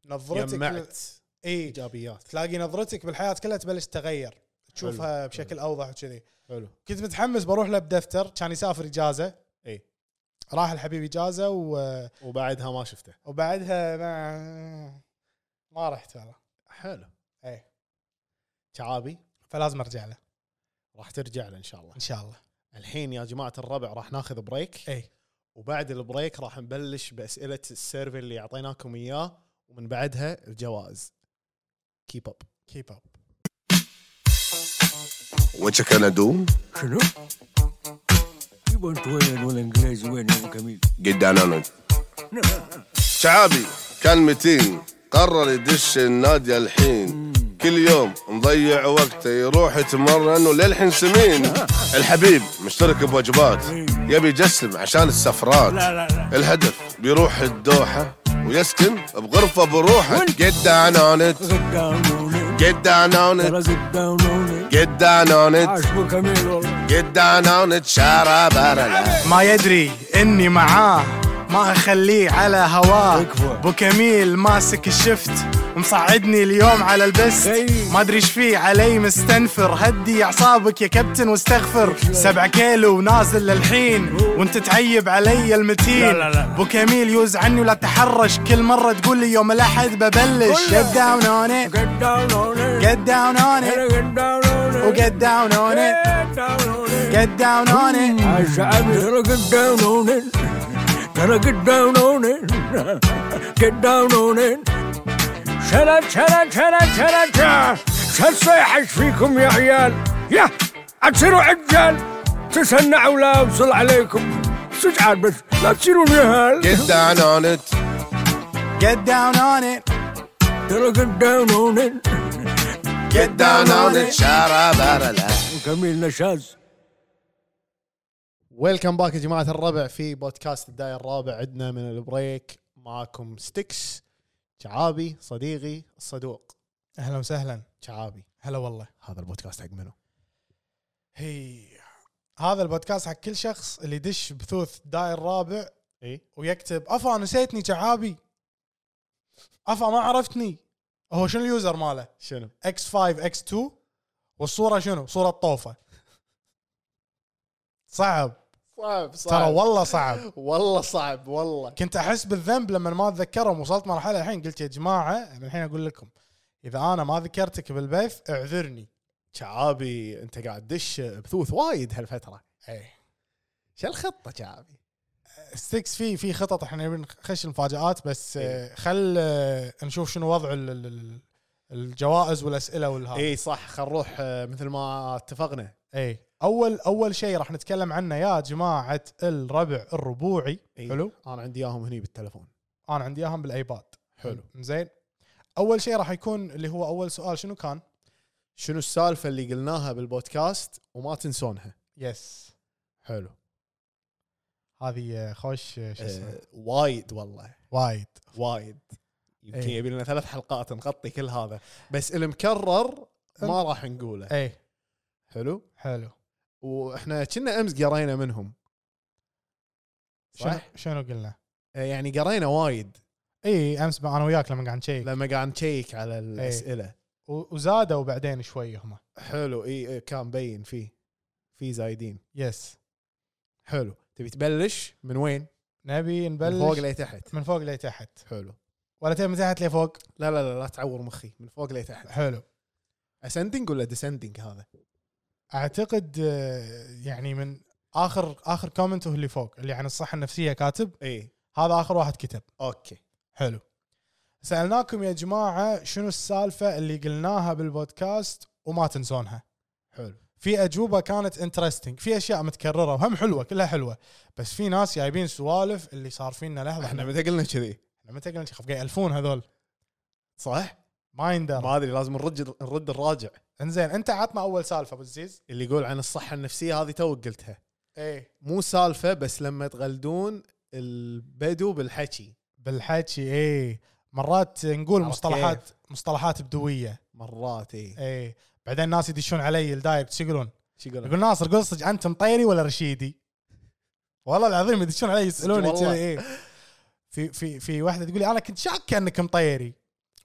نظرتك جمعت اي ايجابيات. تلاقي نظرتك بالحياه كلها تبلش تتغير، تشوفها حلو. بشكل اوضح وكذي. حلو. كنت متحمس بروح له بدفتر، كان يسافر اجازه، اي راح الحبيب اجازه و... وبعدها ما شفته. وبعدها ما ما رحت والله. حلو. اي شعابي فلازم ارجع له راح ترجع له ان شاء الله. ان شاء الله. الحين يا جماعه الربع راح ناخذ بريك، اي وبعد البريك راح نبلش باسئله السيرفي اللي اعطيناكم اياه، ومن بعدها الجوائز. كيب اب كيب اب. What you gonna do? شنو؟ يبا انت وين والانجليزي وين يا ابو كميل؟ Get down on it. شعابي كان متين قرر يدش النادي الحين، كل يوم نضيع وقته يروح يتمرن وللحين سمين. الحبيب مشترك بوجبات يبي يجسم عشان السفرات، الهدف بيروح الدوحة ويسكن بغرفة بروحه. Get down on it. Get down on it. Get down on it. ابو كميل والله. Get down on it. شارع ما يدري اني معاه ما اخليه على هواه. ابو كميل ماسك الشفت ومصعدني اليوم على البست، ما ادري ايش فيه علي مستنفر. هدي اعصابك يا كابتن واستغفر، سبعة كيلو ونازل للحين وانت تعيب علي المتين. ابو كميل يوز عني ولا تحرش، كل مره تقول لي يوم الاحد ببلش. Get down on it. Get down on it. Get down on it. Get down on it. و get down on it. Get down on it. الشعب ترى get down on it. ترى get down on it. Get down on it. شلا شلا شلا شلا شلا شل صيحش فيكم يا عيال، يا اتصيروا عجال تسنعوا ولا اوصل عليكم سجعان بس لا تصيروا نهال. Get down on it. Get down on it. ترى get down on it. Get down on it. شارع بارلا. كميل نشاز. ويلكم باك يا جماعه الربع في بودكاست الداير الرابع. عندنا من البريك معاكم ستيكس، شعابي صديقي الصدوق. اهلا وسهلا. شعابي هلا والله. هذا البودكاست حق منو؟ هي هذا البودكاست حق كل شخص اللي يدش بثوث داير الرابع اي ويكتب افا نسيتني شعابي، افا ما عرفتني. هو شنو اليوزر ماله؟ شنو؟ إكس فايف إكس تو، والصوره شنو؟ صوره طوفه. صعب صعب صعب ترى والله صعب. والله صعب والله. كنت احس بالذنب لما ما اتذكرهم، وصلت مرحله الحين قلت يا جماعه الحين اقول لكم اذا انا ما ذكرتك بالبث اعذرني. شعابي انت قاعد تدش بثوث وايد هالفتره، اي شو الخطه شعابي؟ ستيكس في في خطط، احنا نبي نخش المفاجآت بس. إيه. آه، خل آه، نشوف شنو وضع ال- ال- ال- الجوائز والاسئله والهذا. اي صح، خل نروح آه، مثل ما اتفقنا. اي اول اول شيء راح نتكلم عنه يا جماعه الربع الربوعي. إيه. حلو. انا عندي اياهم هني بالتلفون. انا عندي اياهم بالايباد. حلو. زين. اول شيء راح يكون اللي هو اول سؤال شنو كان؟ شنو السالفه اللي قلناها بالبودكاست وما تنسونها؟ يس. حلو. هذه خوش شو اسمه آه وايد والله وايد وايد. يمكن إيه. يبي لنا ثلاث حلقات نغطي كل هذا، بس المكرر ما راح نقوله. اي حلو. حلو. واحنا كنا امس قرينا منهم شنو صح؟ شنو قلنا؟ آه، يعني قرينا وايد اي امس انا وياك لما قاعد نشيك لما قاعد نشيك على الاسئله. و- وزادوا بعدين شوي هم. حلو. اي إيه، كان بين فيه في زايدين. يس. حلو. تبي تبلش من وين؟ نبي نبلش من فوق لتحت. من فوق لتحت حلو. ولا تبي من تحت لفوق؟ لا لا لا لا تعور مخي، من فوق لتحت. حلو. اسندنج ولا ديسندنج هذا؟ اعتقد آه، يعني من اخر اخر كومنت هو اللي فوق اللي عن الصحه النفسيه كاتب، اي هذا اخر واحد كتب. اوكي. حلو. سالناكم يا جماعه شنو السالفه اللي قلناها بالبودكاست وما تنسونها. حلو. في اجوبه كانت انترستنج، في اشياء متكرره وهم حلوه كلها حلوه، بس في ناس جايبين سوالف اللي صار فينا لحظه. احنا متى قلنا كذي؟ احنا متى قلنا شوف قاعد يالفون هذول صح؟ ما يندر. ما ادري، لازم نرد نرد الراجع. انزين انت عطنا اول سالفه ابو الزيز. اللي يقول عن الصحه النفسيه هذه تو قلتها، ايه مو سالفه بس لما تغلدون البدو بالحكي. بالحكي. ايه مرات نقول عرفت مصطلحات كيف؟ مصطلحات بدويه. مرات اي. ايه بعدين الناس يدشون علي الدايركت شو يقولون؟ شو يقول؟ يقول ناصر قول صدق انت مطيري ولا رشيدي؟ والله العظيم يدشون علي يسالوني والله. كذا. ايه في في في واحده تقول لي انا كنت شاك انك مطيري،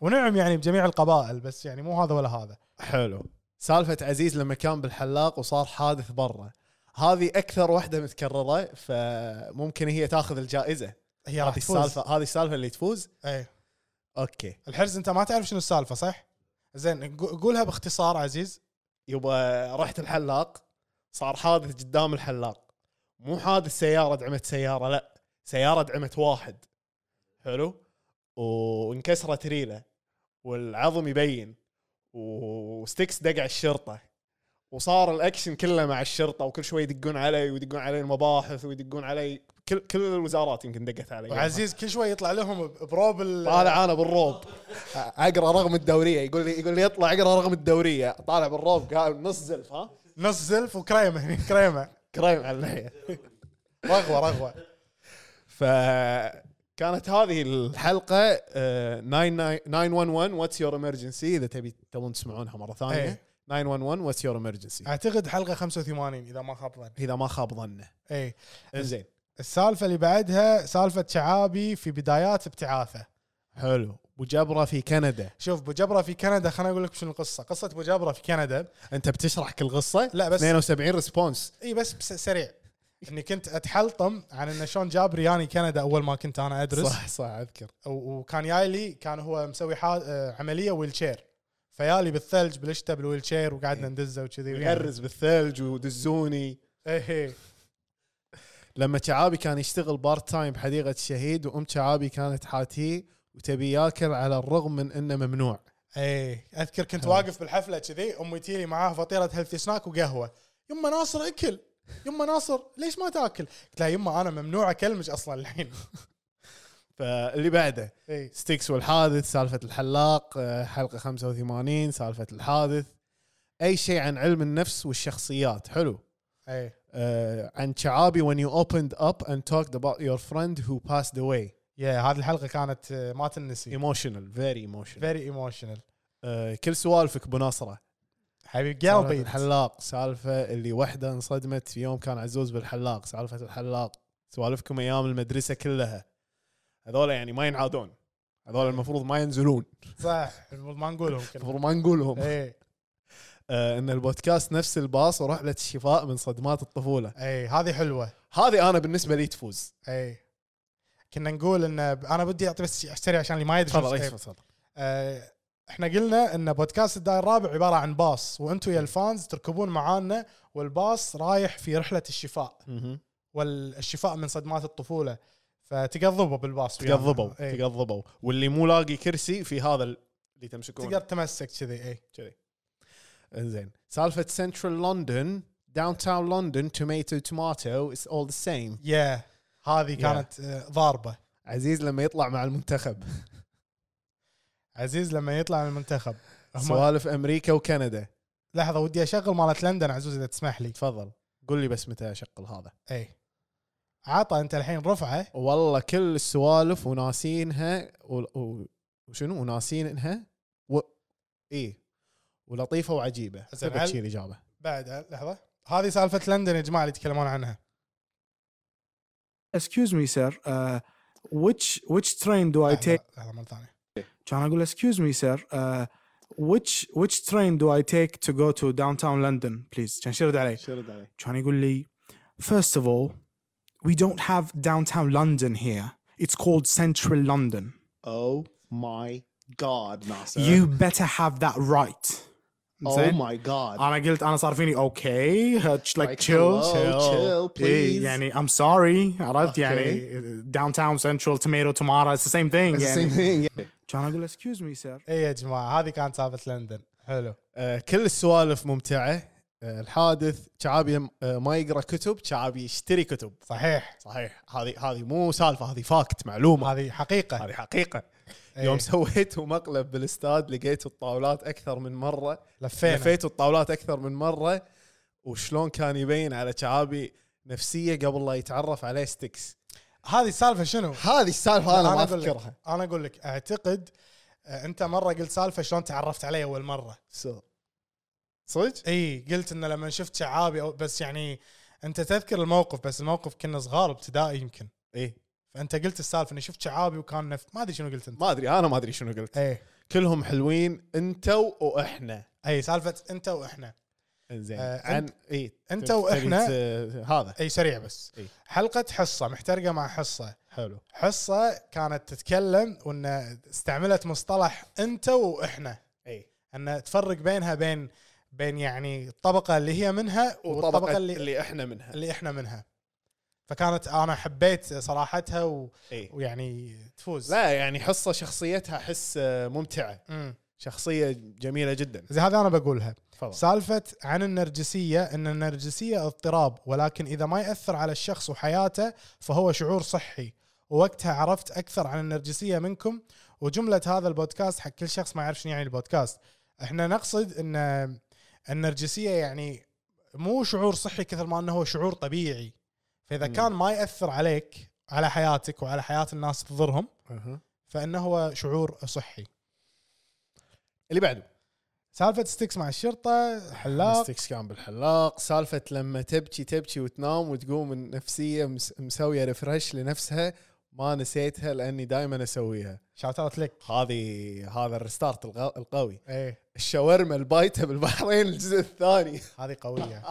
ونعم يعني بجميع القبائل، بس يعني مو هذا ولا هذا. حلو. سالفة عزيز لما كان بالحلاق وصار حادث برا، هذه أكثر واحدة متكررة، فممكن هي تاخذ الجائزة. هي راح هذه تفوز. السالفة هذه السالفة اللي تفوز. اي أوكي. الحرز انت ما تعرف شنو السالفة صح؟ زين قولها باختصار عزيز. يبا رحت الحلاق، صار حادث قدام الحلاق، مو حادث سيارة دعمت سيارة، لا سيارة دعمت واحد. حلو. وانكسرت ريله والعظم يبين، وستيكس دقع الشرطة، وصار الأكشن كله مع الشرطة، وكل شوي يدقون علي ويدقون علي المباحث ويدقون علي كل كل الوزارات يمكن دقت علي. وعزيز كل شوي يطلع لهم بروب ال طالع انا بالروب اقرا رقم الدوريه، يقول لي يقول لي يطلع اقرا رقم الدوريه، طالع بالروب قاعد نص زلف، ها نص زلف وكريمه هني كريمه كريم على اللحيه رغوه رغوه. فكانت هذه الحلقه تسعة واحد واحد واتس يور امرجنسي، اذا تبي تبون تسمعونها مره ثانيه. أيه. تسعة واحد واحد واتس يور امرجنسي، اعتقد حلقه خمسة وثمانين اذا ما خاب ظني، اذا ما خاب ظنه. اي انزين. السالفه اللي بعدها سالفه شعابي في بدايات ابتعاثه. حلو. بوجبره في كندا. شوف بوجبره في كندا، خليني اقول لك شنو القصه. قصه بوجبره في كندا، انت بتشرح كل قصه؟ لا بس اثنين وسبعين ريسبونس. اي بس, بس سريع. اني كنت اتحلطم عن انه شلون جاب رياني كندا اول ما كنت انا ادرس. صح صح اذكر. وكان جاي لي، كان هو مسوي عمليه ويلشير، فيالي بالثلج بالشتاء بالويلشير، وقعدنا ندزه وكذي يغرز بالثلج ودزوني. ايه. لما شعابي كان يشتغل بارت تايم بحديقه الشهيد، وام شعابي كانت حاتيه وتبي ياكل على الرغم من انه ممنوع. ايه اذكر كنت واقف بالحفله كذي، امي تيلي معاها فطيره هيلثي سناك وقهوه، يما ناصر اكل، يما ناصر ليش ما تاكل؟ قلت لها يما انا ممنوع اكلمش اصلا الحين. فاللي بعده ايه. ستيكس والحادث، سالفه الحلاق، حلقه خمسة وثمانين سالفه الحادث، اي شيء عن علم النفس والشخصيات. حلو. ايه. Uh, عن شعابي when you opened up and talked about your friend who passed away. يا yeah, هذه الحلقه كانت ما تنسي. emotional very emotional very emotional. uh, كل سوالفك ابو نصره حبيب قلبي. الحلاق، سالفه اللي وحده انصدمت في يوم كان عزوز بالحلاق، سالفه الحلاق، سوالفكم ايام المدرسه كلها، هذول يعني ما ينعادون، هذول المفروض ما ينزلون. صح المفروض ما نقولهم كلهم. المفروض ما نقولهم. ايه. آه ان البودكاست نفس الباص ورحله الشفاء من صدمات الطفوله. اي هذه حلوه، هذه انا بالنسبه لي تفوز. اي كنا نقول ان انا بدي اعطي بس اشتري عشان اللي ما يدري. تفضل ايش تفضل. آه احنا قلنا ان بودكاست الداير الرابع عباره عن باص، وانتم يا الفانز تركبون معانا، والباص رايح في رحله الشفاء والشفاء من صدمات الطفوله، فتقضبوا بالباص. تقضبوا تقضبوا واللي مو لاقي كرسي في هذا اللي تمسكونه تقدر تمسك كذي. اي كذي. انزين. سالفه سنترال لندن داون تاون لندن توميتو توماتو اتس اول ذا سيم. يا هذه كانت yeah. ضاربه. عزيز لما يطلع مع المنتخب. عزيز لما يطلع من المنتخب. سوالف امريكا وكندا. لحظه ودي اشغل مالت لندن عزوز اذا تسمح لي. تفضل قول لي بس متى اشغل هذا. اي عطى انت الحين رفعه. والله كل السوالف وناسينها و... وشنو وناسينها و... ايه ولطيفه وعجيبه. تبي الاجابه بعد لحظه. هذه سالفه لندن يا جماعه اللي يتكلمون عنها. Excuse me sir, uh, which which train do I take؟ لحظه مره ثانيه. كان اقول excuse me sir, uh, which which train do I take to go to downtown London please؟ كان شرد علي شرد علي كان يقول لي first of all we don't have downtown London here, it's called central London. Oh my god Nasser, you better have that right. Oh my god. أنا قلت أنا صار فيني okay like chill chill chill please يعني I'm sorry عرفت يعني downtown central tomato tomato it's the same thing. It's the same thing. كان أقول excuse me sir. إيه يا جماعة هذه كانت سالفة لندن. حلو. آه كل السوالف ممتعة. آه الحادث شعابي آه ما يقرأ كتب، شعابي يشتري كتب. صحيح صحيح. هذه هذه مو سالفة، هذه فاكت معلومة. هذه حقيقة. هذه حقيقة. أيه. يوم سويتوا مقلب بالاستاد لقيتوا الطاولات أكثر من مرة. لفينا. لفيتوا الطاولات أكثر من مرة، وشلون كان يبين على شعابي نفسية قبل لا يتعرف عليه ستيكس. هذه السالفة شنو؟ هذه السالفة أنا, أنا ما أذكرها. أنا أقول لك أعتقد أنت مرة قلت سالفة شلون تعرفت عليه أول مرة. صدق؟ إيه قلت إنه لما شفت شعابي بس يعني أنت تذكر الموقف، بس الموقف كنا صغار ابتدائي يمكن. إيه. فأنت قلت السالفة إني شفت شعابي وكان نفت ما أدري شنو قلت أنت. ما أدري أنا ما أدري شنو قلت. إيه. كلهم حلوين انتوا واحنا. اي سالفه انت واحنا. انزين آه، عن اي أنت تبي وإحنا. ت- هذا اي سريع بس. إي. حلقه حصه محترقه مع حصه. حلو. حصه كانت تتكلم وان استعملت مصطلح انت واحنا، اي ان تفرق بينها بين بين يعني الطبقه اللي هي منها والطبقه والطبقه اللي اللي احنا منها. اللي احنا منها. فكانت انا حبيت صراحتها و... اي ويعني تفوز. لا يعني حصه شخصيتها احس ممتعه، امم شخصيه جميله جدا. زي هذا انا بقولها. تفضل. سالفه عن النرجسيه، ان النرجسيه اضطراب، ولكن اذا ما ياثر على الشخص وحياته فهو شعور صحي. ووقتها عرفت اكثر عن النرجسيه منكم. وجمله هذا البودكاست حق كل شخص ما يعرف شنو يعني البودكاست، احنا نقصد ان النرجسيه يعني مو شعور صحي كثر ما انه هو شعور طبيعي. فاذا مم. كان ما ياثر عليك على حياتك وعلى حياه الناس تضرهم أه. فانه هو شعور صحي. اللي بعده سالفه ستيكس مع الشرطه حلاق. ستيكس كان بالحلاق. سالفه لما تبكي تبكي وتنام وتقوم النفسيه مس- مسويه ريفرش لنفسها، ما نسيتها لاني دائما اسويها. شاوت اوت لك. هذه هذا الريستارت الغ- القوي. ايه الشاورما البايته بالبحرين الجزء الثاني. هذه قويه.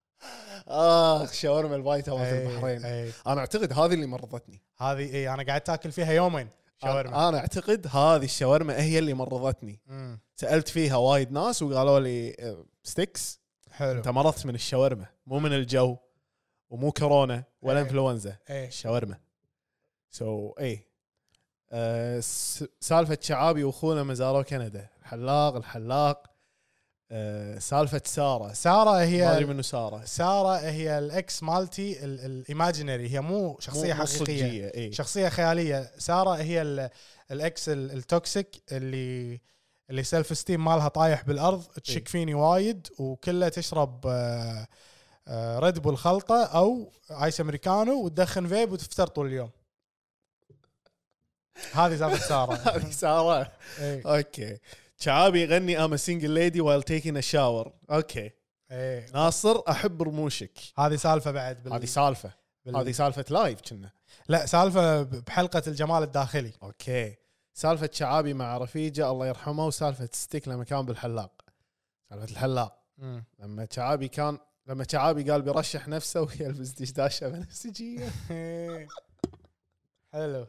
اخ شاورما البايته مالت ايه البحرين. ايه انا اعتقد هذه اللي مرضتني. هذه ايه انا قاعد تاكل فيها يومين شاورما. انا أنا اعتقد هذه الشاورما هي اللي مرضتني. امم سالت فيها وايد ناس وقالوا لي آه، ستيكس حلو. انت مرضت من الشاورما، مو من الجو ومو كورونا ولا ايه. انفلونزا، ايه الشاورما. سو so, اي آه س- سالفه شعابي واخونا ما زاروا كندا. الحلاق الحلاق آه سالفه ساره. ساره ما ادري هي منو ساره. ساره هي الاكس مالتي الايماجينري، هي مو شخصيه مو- مو حقيقيه، صجية، اي شخصيه خياليه. ساره هي ال- الاكس ال- التوكسيك اللي اللي سيلف ستيم مالها طايح بالارض، تشك فيني وايد وكلها تشرب آه، آه، ريد بول خلطه او ايس امريكانو وتدخن فيب وتفتر طول اليوم. هذه سالفه ساره. هذه ساره. ايه اوكي. شعابي يغني I'm a single lady while taking a shower. اوكي. ايه ناصر احب رموشك. هذه سالفه بعد بال... هذه سالفه بال... هذه سالفه لايف كنا. لا سالفه بحلقه الجمال الداخلي. اوكي. سالفه شعابي مع رفيجه الله يرحمه، وسالفه ستيك لما كان بالحلاق. سالفه الحلاق مم. لما شعابي كان لما شعابي قال بيرشح نفسه ويلبس دشداشه بنفسجيه. حلو.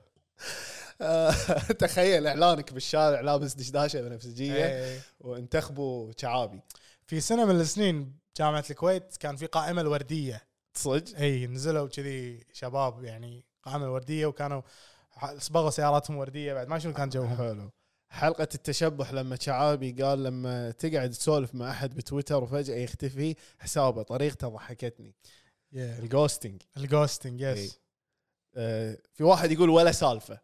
تخيل اعلانك بالشارع لابس دشداشه بنفسجيه إيه. وانتخبوا شعابي. في سنه من السنين جامعه الكويت كان في قائمه الورديه. صدق. اي نزلوا كذي شباب يعني قائمه الورديه وكانوا صبغوا سياراتهم ورديه بعد ما شنو كان جوهم. حلو. حلقه التشبح لما شعابي قال لما تقعد تسولف مع احد بتويتر وفجاه يختفي حسابه، طريقته ضحكتني. الجوستنج. الجوستنج يس. آه في واحد يقول ولا سالفه.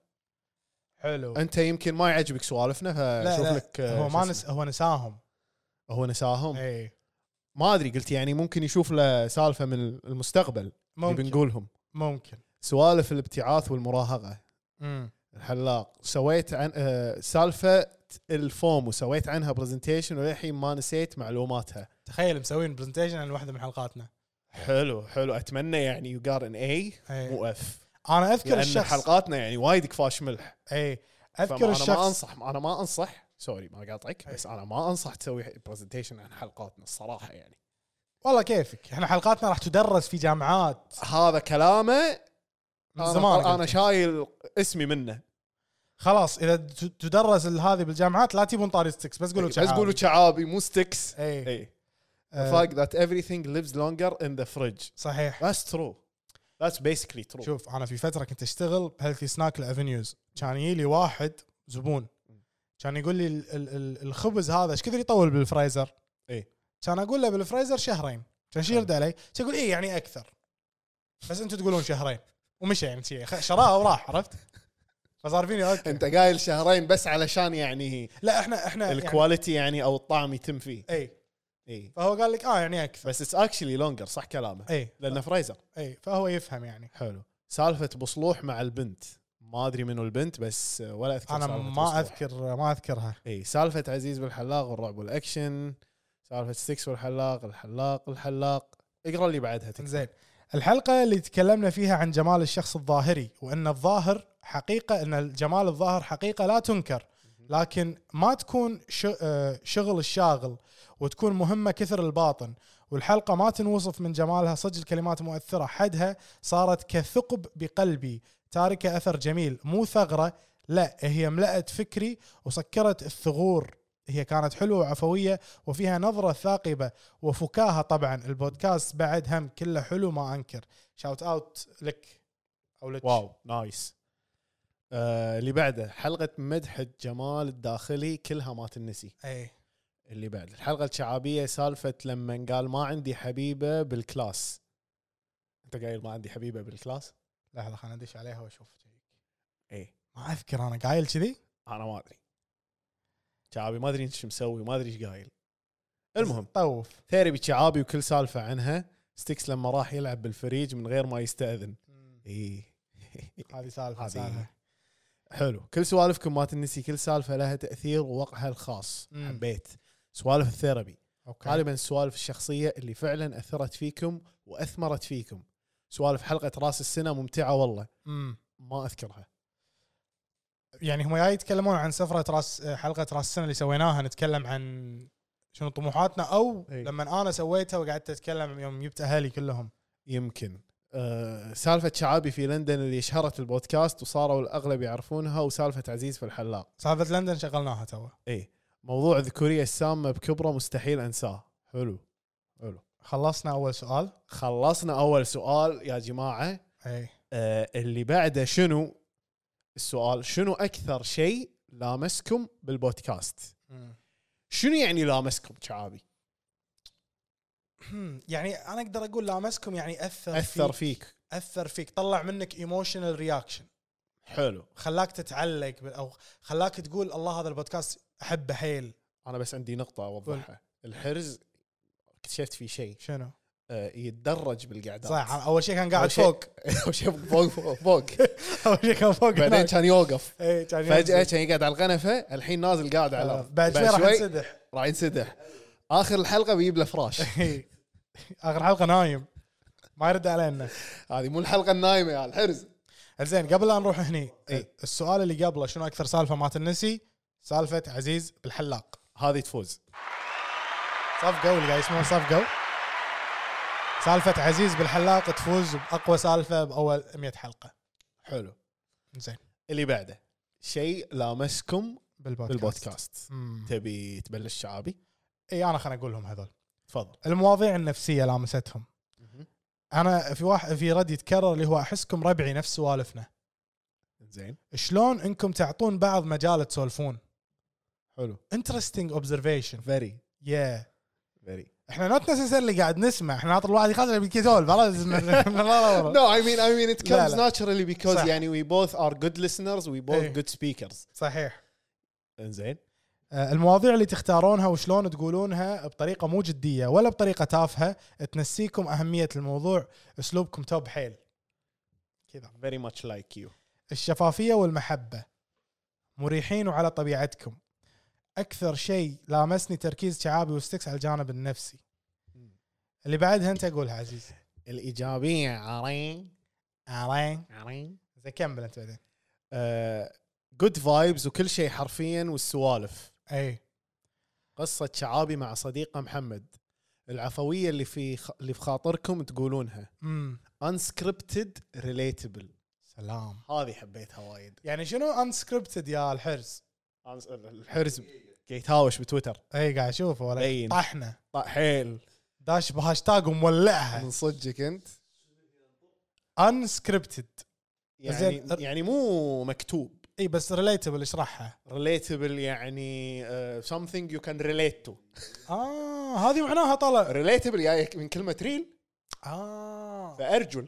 حلو. انت يمكن ما يعجبك سوالفنا لا فشوف لا لك. هو ما نس هو نساهم. هو نساهم. اي ما ادري قلت يعني ممكن يشوف له سالفه من المستقبل اللي ممكن بنقولهم. ممكن. سوالف الابتعاث والمراهقه. امم الحلاق سويت عن آه سالفه الفوم وسويت عنها برزنتيشن وللحين ما نسيت معلوماتها. تخيل مسوين برزنتيشن عن واحده من حلقاتنا. حلو حلو. اتمنى يعني يو ان اي أي. مو اف، انا اذكر لان الشخص. حلقاتنا يعني وايد كفاش ملح. اي اذكر فما الشخص. انا ما انصح انا ما انصح سوري ما قاطعك، بس انا ما انصح تسوي برزنتيشن عن حلقاتنا الصراحه يعني. والله كيفك، احنا حلقاتنا راح تدرس في جامعات. هذا كلامه من أنا زمان انا قلته. شايل اسمي منه. خلاص اذا ت- تدرس هذه بالجامعات لا تجيبون طاري ستكس، بس قولوا بس قولوا شعابي مو ستيكس. اي اي آه، the fact that everything lives longer in the fridge. صحيح. That's true. That's basically true. شوف انا في فتره كنت اشتغل بهيلثي سناك الافنيوز، كان يجي لي واحد زبون كان يقول لي ال ال ال الخبز هذا ايش كثر يطول بالفريزر؟ اي كان اقول له بالفريزر شهرين، كان شي يرد علي كان يقول ايه يعني اكثر، بس انتم تقولون شهرين ومشى يعني شي خ- شراه وراح. عرفت؟ فصار فيني اوكي. انت قايل شهرين بس علشان يعني لا احنا احنا الكواليتي يعني او الطعم يتم فيه. يعني اي اي فهو قال لك اه يعني اكثر. بس اتس اكشلي لونجر. صح كلامه. اي لانه فريزر. اي فهو يفهم يعني. حلو. سالفه بصلوح مع البنت، ما ادري منو البنت بس ولا اذكر. انا سالفة ما بصلوح. اذكر ما اذكرها. اي سالفه عزيز بالحلاق والرعب والاكشن. سالفه ستيكس والحلاق الحلاق الحلاق. اقرا اللي بعدها تكفى. زين. الحلقه اللي تكلمنا فيها عن جمال الشخص الظاهري، وان الظاهر حقيقه، ان الجمال الظاهر حقيقه لا تنكر، لكن ما تكون شغل الشاغل وتكون مهمة كثر الباطن، والحلقة ما تنوصف من جمالها. صدق الكلمات مؤثرة، حدها صارت كثقب بقلبي، تاركة أثر جميل، مو ثغرة، لا هي ملأت فكري وسكرت الثغور. هي كانت حلوة وعفوية وفيها نظرة ثاقبة وفكاهة. طبعا البودكاست بعد هم كله حلو ما أنكر. شاوت أوت لك أو لك. واو نايس. آه اللي بعده حلقة مدح الجمال الداخلي كلها ما تنسي. أي اللي بعد الحلقة الشعابية سالفة لما قال ما عندي حبيبة بالكلاس. انت قايل ما عندي حبيبة بالكلاس؟ لحظة خلنا ندش عليها واشوف. ايه ما اذكر انا قايل كذي. انا ما ادري شعابي، ما ادري انت شو مسوي، ما ادري ايش قايل. المهم طوف ثيري بشعابي وكل سالفة عنها. ستيكس لما راح يلعب بالفريج من غير ما يستأذن. ايه هذه سالفة سالفة حلو. كل سوالفكم ما تنسي، كل سالفة لها تأثير ووقعها الخاص. مم. حبيت سوالف الثيرابي، أوكي. غالبا السوالف الشخصية اللي فعلا أثرت فيكم وأثمرت فيكم. سوالف حلقة راس السنة ممتعة والله. مم. ما أذكرها. يعني هم جاي يتكلمون عن سفرة راس حلقة راس السنة اللي سويناها، نتكلم عن شنو طموحاتنا، أو أي. لما أنا سويتها وقعدت أتكلم يوم جبت أهلي كلهم. يمكن أه سالفة شعابي في لندن اللي شهرت البودكاست وصاروا الأغلب يعرفونها، وسالفة عزيز في الحلاق. سالفة لندن شغلناها توا. ايه موضوع الذكورية السامة بكبره مستحيل أنساه. حلو حلو. خلصنا أول سؤال. خلصنا أول سؤال يا جماعة. أي أه اللي بعده شنو السؤال؟ شنو أكثر شيء لامسكم بالبودكاست؟ مم. شنو يعني لامسكم شعابي؟ يعني أنا أقدر أقول لامسكم يعني أثر أثر فيك. فيك. أثر فيك، طلع منك ايموشنال رياكشن، حلو. خلاك تتعلق أو خلاك تقول الله هذا البودكاست أحبه حيل. أنا بس عندي نقطة أوضحها. الحرز اكتشفت فيه شيء. شنو؟ آه يتدرج بالقعدات. صح، أول شيء كان قاعد أول شيء- فوق. أول شيء فوق فوق فوق. أول شيء كان فوق بعدين هناك. كان يوقف إيه كان فجأة، ينزل. كان يقعد على الغنفة، الحين نازل قاعد على آه، الأرض. بعد شوي راح ينسدح. راح ينسدح. آخر الحلقة بيجيب له فراش. آخر حلقة نايم ما يرد علينا. هذه مو الحلقة النايمة يا الحرز. زين قبل لا نروح هني، إيه. السؤال اللي قبله شنو أكثر سالفة ما تنسي؟ سالفة عزيز بالحلاق. هذه تفوز. صفقوا اللي قاعد يسمون صفقوا. سالفة عزيز بالحلاق تفوز بأقوى سالفة بأول مية حلقة. حلو. زين اللي بعده شيء لامسكم بالبودكاست. بالبودكاست. مم. تبي تبلش شعابي؟ اي انا خليني اقول لهم هذول. تفضل. المواضيع النفسيه لامستهم. انا في واحد في رد يتكرر اللي هو احسكم ربعي نفس سوالفنا. زين. شلون انكم تعطون بعض مجال تسولفون. حلو. interesting observation. very yeah very احنا نوت نسيسرلي قاعد نسمع، احنا ناطر الواحد يخاطر بيسولف خلاص. no I mean I mean it لا comes لا. naturally because صح. يعني we both are good listeners we both إيه. good speakers. صحيح. زين. آه، المواضيع اللي تختارونها وشلون تقولونها بطريقه مو جديه ولا بطريقه تافهه تنسيكم اهميه الموضوع. اسلوبكم توب حيل كذا. very much like you. الشفافيه والمحبه، مريحين وعلى طبيعتكم. اكثر شيء لامسني تركيز شعابي وستكس على الجانب النفسي. اللي بعدها انت قولها عزيز. الإيجابية عرين عرين. عرين. زين كمل انت بعدين. good vibes وكل شيء حرفيا والسوالف. اي قصة شعابي مع صديقه محمد، العفوية اللي في خ... اللي في خاطركم تقولونها. امم unscripted relatable. سلام. هذه حبيتها وايد. يعني شنو unscripted يا الحرز؟ Uns- الحرز يتهاوش بتويتر. اي قاعد اشوفه ولا بين. طحنا طا- حيل داش بهاشتاج ومولعها. من صدقك انت. unscripted. يعني زين. يعني مو مكتوب. اي بس relatable اشرحها. relatable يعني uh, something you can relate to. اه هذه معناها طلع. relatable جاي من كلمة ريل، اه فأرجل.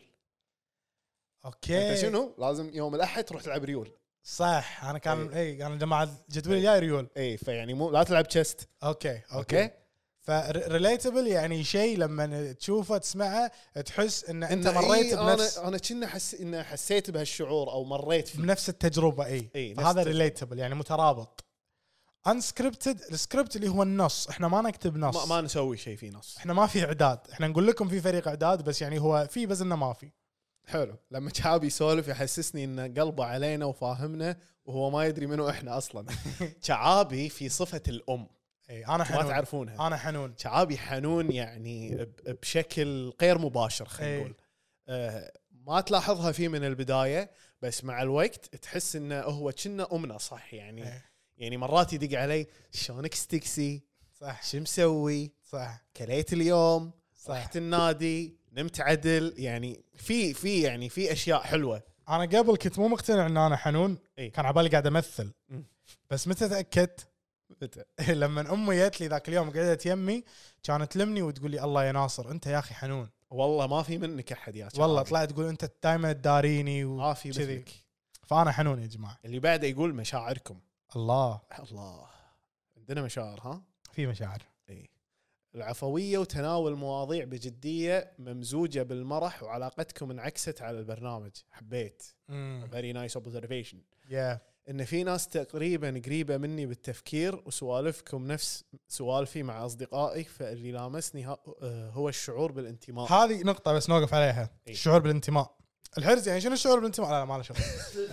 اوكي. انت شنو لازم يوم الأحد تروح تلعب ريول. صح انا كان إيه. اي كان جماعه جدولي الجاي ريول. اي فيعني مو لا تلعب تشست. اوكي اوكي, أوكي. فريليتبل يعني شيء لما تشوفه تسمعه تحس ان انت مريت إيه بنفس انا انا كنا حس ان حسيت بهالشعور او مريت فيه. بنفس التجربه. اي إيه، نفس هذا التجربة. ريليتبل يعني مترابط. انسكريبتد السكريبت اللي هو النص، احنا ما نكتب نص. ما, ما نسوي شيء في نص. احنا ما في اعداد، احنا نقول لكم في فريق اعداد بس يعني هو في بس انه ما في. حلو. لما شعبي يسولف يحسسني ان قلبه علينا وفاهمنا وهو ما يدري منو احنا اصلا. شعابي في صفه الام، اي انا ما حنون، تعرفونها. انا حنون. شعابي حنون يعني ب- بشكل غير مباشر خلينا إيه. نقول. آه ما تلاحظها فيه من البدايه، بس مع الوقت تحس انه هو كنا امنا صح يعني. إيه. يعني مرات يدق علي شلونك ستكسي، صح شو مسوي، صح كليت اليوم، صح. رحت النادي، نمت عدل. يعني في في يعني في اشياء حلوه. انا قبل كنت مو مقتنع ان انا حنون، إيه. كان عبالي قاعد امثل. مم. بس متى تاكدت؟ متى؟ لما امي جت لي ذاك اليوم قعدت يمي، كانت تلمني وتقول لي الله يا ناصر انت يا اخي حنون. والله ما في منك احد يا شعابي. والله طلعت تقول انت دائما تداريني ما في وكذي. مثلك. فانا حنون يا جماعه. اللي بعده يقول مشاعركم. الله، الله، عندنا مشاعر ها. في مشاعر. اي، العفويه وتناول مواضيع بجديه ممزوجه بالمرح، وعلاقتكم انعكست على البرنامج. حبيت. امم very nice observation. يا ان في ناس تقريبا قريبه مني بالتفكير، وسوالفكم نفس سوالفي مع اصدقائي، فاللي لامسني ها- هو الشعور بالانتماء. هذه نقطه بس نوقف عليها. إيه. الشعور بالانتماء. الحرز يعني شنو الشعور بالانتماء؟ لا لا ما له شغل.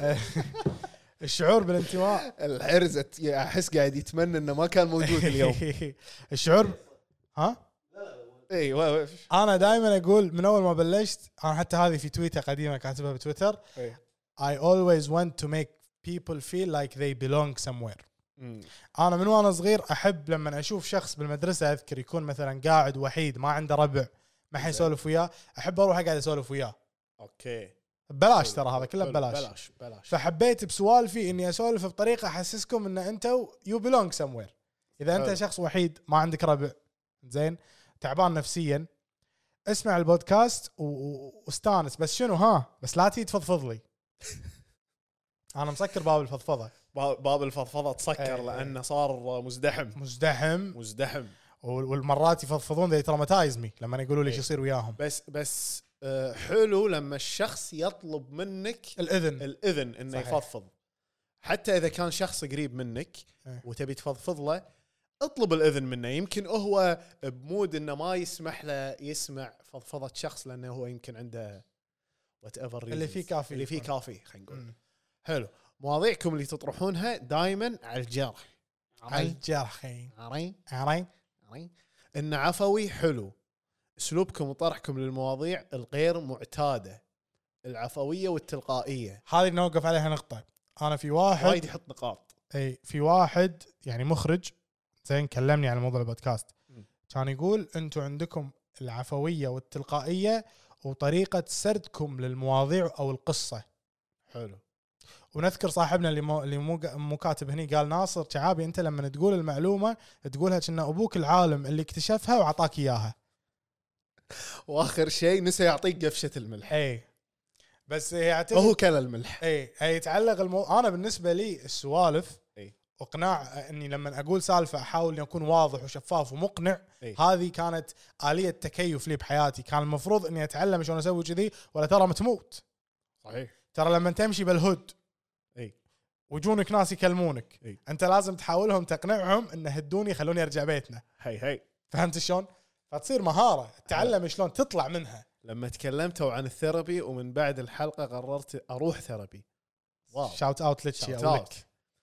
الشعور بالانتماء الحرزت احس قاعد يتمنى انه ما كان موجود اليوم. الشعور ها اي و- انا دائما اقول من اول ما بلشت، انا حتى هذه في تويتر قديمه كاتبها بتويتر. إيه. I always want to make people feel like they belong somewhere. مم. انا من وانا صغير احب لما اشوف شخص بالمدرسه، اذكر يكون مثلا قاعد وحيد ما عنده ربع ما حيسولف وياه، احب اروح اقعد اسولف وياه اوكي. ببلاش. ترى هذا كله حلو. ببلاش. بلاش بلاش. فحبيت بسوالفي اني اسولف بطريقه احسسكم ان انتوا يو بيلونج سموير. اذا انت حلو. شخص وحيد ما عندك ربع زين تعبان نفسيا، اسمع البودكاست و- و- واستانس. بس شنو ها بس لا تيجي تفضفض لي. انا مسكر باب الفضفضه. باب باب الفضفضه تسكر إيه. لانه صار مزدحم مزدحم، مزدحم. وال- والمرات يفضفضون ذي تراماتايز مي لما يقولوا لي إيه. ايش يصير وياهم. بس بس آه، حلو لما الشخص يطلب منك الاذن الاذن انه صحيح. يفضفض. حتى اذا كان شخص قريب منك إيه. وتبي تفضفض له، اطلب الاذن منه. يمكن هو بمود انه ما يسمح له يسمع فضفضه شخص، لانه هو يمكن عنده وات ايفر اللي فيه كافي اللي فيه يكون. كافي خلينا نقول. مم. حلو. مواضيعكم اللي تطرحونها دائما على الجرح. على الجرحين عري عري عري ان عفوي حلو. اسلوبكم وطرحكم للمواضيع الغير معتاده، العفويه والتلقائيه. هذه نوقف عليها نقطه. انا في واحد وايد يحط نقاط. اي في واحد يعني مخرج زين كلمني عن موضوع البودكاست، م. كان يقول انتم عندكم العفويه والتلقائيه وطريقه سردكم للمواضيع او القصه. حلو. ونذكر صاحبنا اللي مو اللي مو مو كاتب هني قال ناصر شعابي انت لما تقول المعلومه تقولها كأنه ابوك العالم اللي اكتشفها وعطاك اياها. واخر شيء نسى يعطيك قفشه الملح. اي بس هي اعتقد وهو كل الملح. اي هي يتعلق المو... انا بالنسبه لي السوالف اي اقناع اني لما اقول سالفه احاول اني اكون واضح وشفاف ومقنع. إيه. هذه كانت آلية تكيف لي بحياتي. كان المفروض اني اتعلم شلون اسوي كذي، ولا ترى متموت. صحيح. ترى لما تمشي بالهد اي وجونك ناس يكلمونك، إيه. انت لازم تحاولهم تقنعهم ان هدوني خلوني ارجع بيتنا. هي هي فهمت شلون؟ فتصير مهاره تعلم شلون تطلع منها. لما تكلمتوا عن الثيرابي ومن بعد الحلقه قررت اروح ثيرابي. واو. شاوت اوت لتشي Shout او out. لك.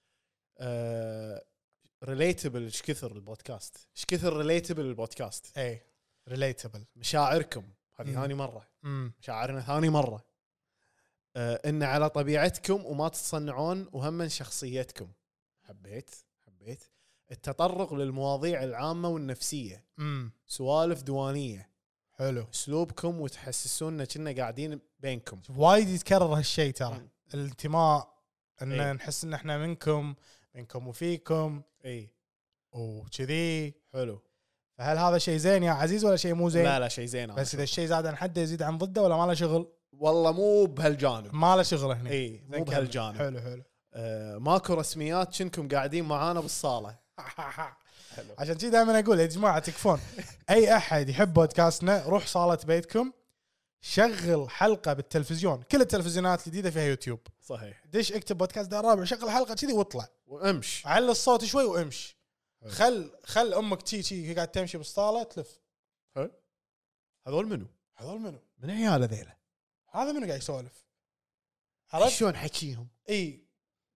آه... ريليتبل. ايش كثر البودكاست، ايش كثر ريليتبل البودكاست. اي ريليتبل. مشاعركم هذه مم. ثاني مره. امم مشاعرنا ثاني مره. آه... ان على طبيعتكم وما تتصنعون، وهم شخصيتكم. حبيت حبيت التطرق للمواضيع العامه والنفسيه، امم سوالف دوانيه، حلو. اسلوبكم وتحسسوننا كنا قاعدين بينكم. وايد يتكرر هالشيء ترى. مم. الانتماء ان إيه. نحس ان احنا منكم منكم وفيكم اي وكذي. حلو. فهل هذا شيء زين يا عزيز ولا شيء مو زين؟ لا لا شيء زين. بس اذا الشيء زاد عن حده يزيد عن ضده ولا ما له شغل؟ والله مو بهالجانب. ما له شغل هنا. اي مو زين بهالجانب. حلو حلو. آه ماكو رسميات، شنكم قاعدين معانا بالصاله. حلو. عشان كذي دائما اقول يا جماعه تكفون. اي احد يحب بودكاستنا روح صاله بيتكم، شغل حلقه بالتلفزيون. كل التلفزيونات الجديده فيها يوتيوب. صحيح. دش اكتب بودكاست دار الرابع، شغل حلقه كذي واطلع، وامش. على الصوت شوي وامش. حلو. خل خل امك تشي تشي قاعد تمشي بالصاله تلف. حلو. هذول منو؟ هذول منو؟ من عياله ذيله. هذا منو قاعد يسولف؟ عرفت؟ شلون حكيهم؟ اي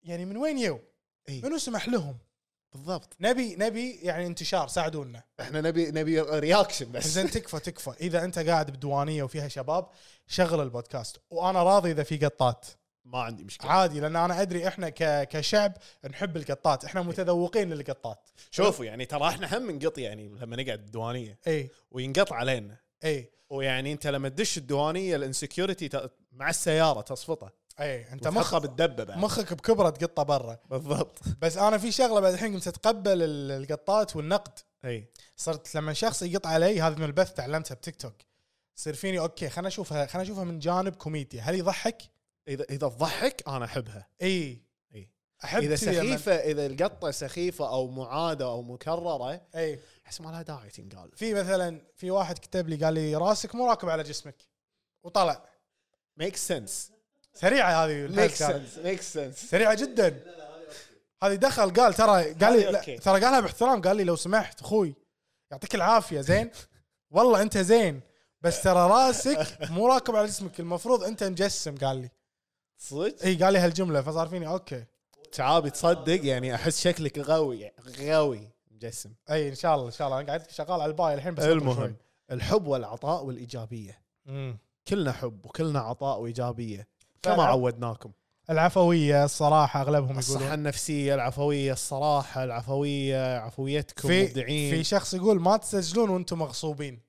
يعني من وين يو؟ إيه. منو سمح لهم؟ بالضبط. نبي نبي يعني انتشار، ساعدونا. احنا نبي نبي رياكشن بس. زين تكفى تكفى. اذا انت قاعد بديوانيه وفيها شباب شغل البودكاست، وانا راضي اذا في قطات ما عندي مشكله عادي، لان انا ادري احنا ك... كشعب نحب القطات، احنا متذوقين للقطات. شوفوا يعني ترى احنا هم نقط يعني لما نقعد الديوانيه اي وينقط علينا. اي ويعني انت لما تدش الديوانيه الانسكيورتي ت... مع السياره تصفطه. اي انت مخه مخ بالدبه بعد. مخك بكبره تقطه برا. بالضبط. بس انا في شغله بعد الحين قمت اتقبل ال- القطات والنقد. اي صرت لما شخص يقط علي، هذا من البث تعلمتها بتيك توك، يصير فيني اوكي خلنا اشوفها خلنا اشوفها من جانب كوميديا، هل يضحك؟ اذا اذا تضحك انا احبها. اي اي احب اذا كذي لما- سخيفه، اذا القطه سخيفه او معاده او مكرره اي احس ما لها داعي تنقال. في مثلا في واحد كتب لي قال لي راسك مو راكب على جسمك، وطلع ميك سنس. سريعه هذه ميك الحركة. سنس ميك سنس. سريعه جدا. هذه دخل قال ترى قال لي هذه لا أوكي. ترى قالها باحترام، قال لي لو سمحت اخوي يعطيك العافيه زين والله انت زين، بس ترى راسك مو راكب على جسمك، المفروض انت مجسم. قال لي صدق اي قال لي هالجمله، فصار فيني اوكي شعابي تصدق يعني احس شكلك غاوي غاوي مجسم. اي ان شاء الله ان شاء الله. انا قاعد شغال على الباي الحين بس المهم الحب والعطاء والايجابيه، شوي. كلنا حب وكلنا عطاء وايجابيه فعلا. كما عودناكم. العفويه الصراحه اغلبهم الصحه يقولون. النفسيه، العفويه، الصراحه، العفويه، عفويتكم في مبدعين. في شخص يقول ما تسجلون وانتم مغصوبين.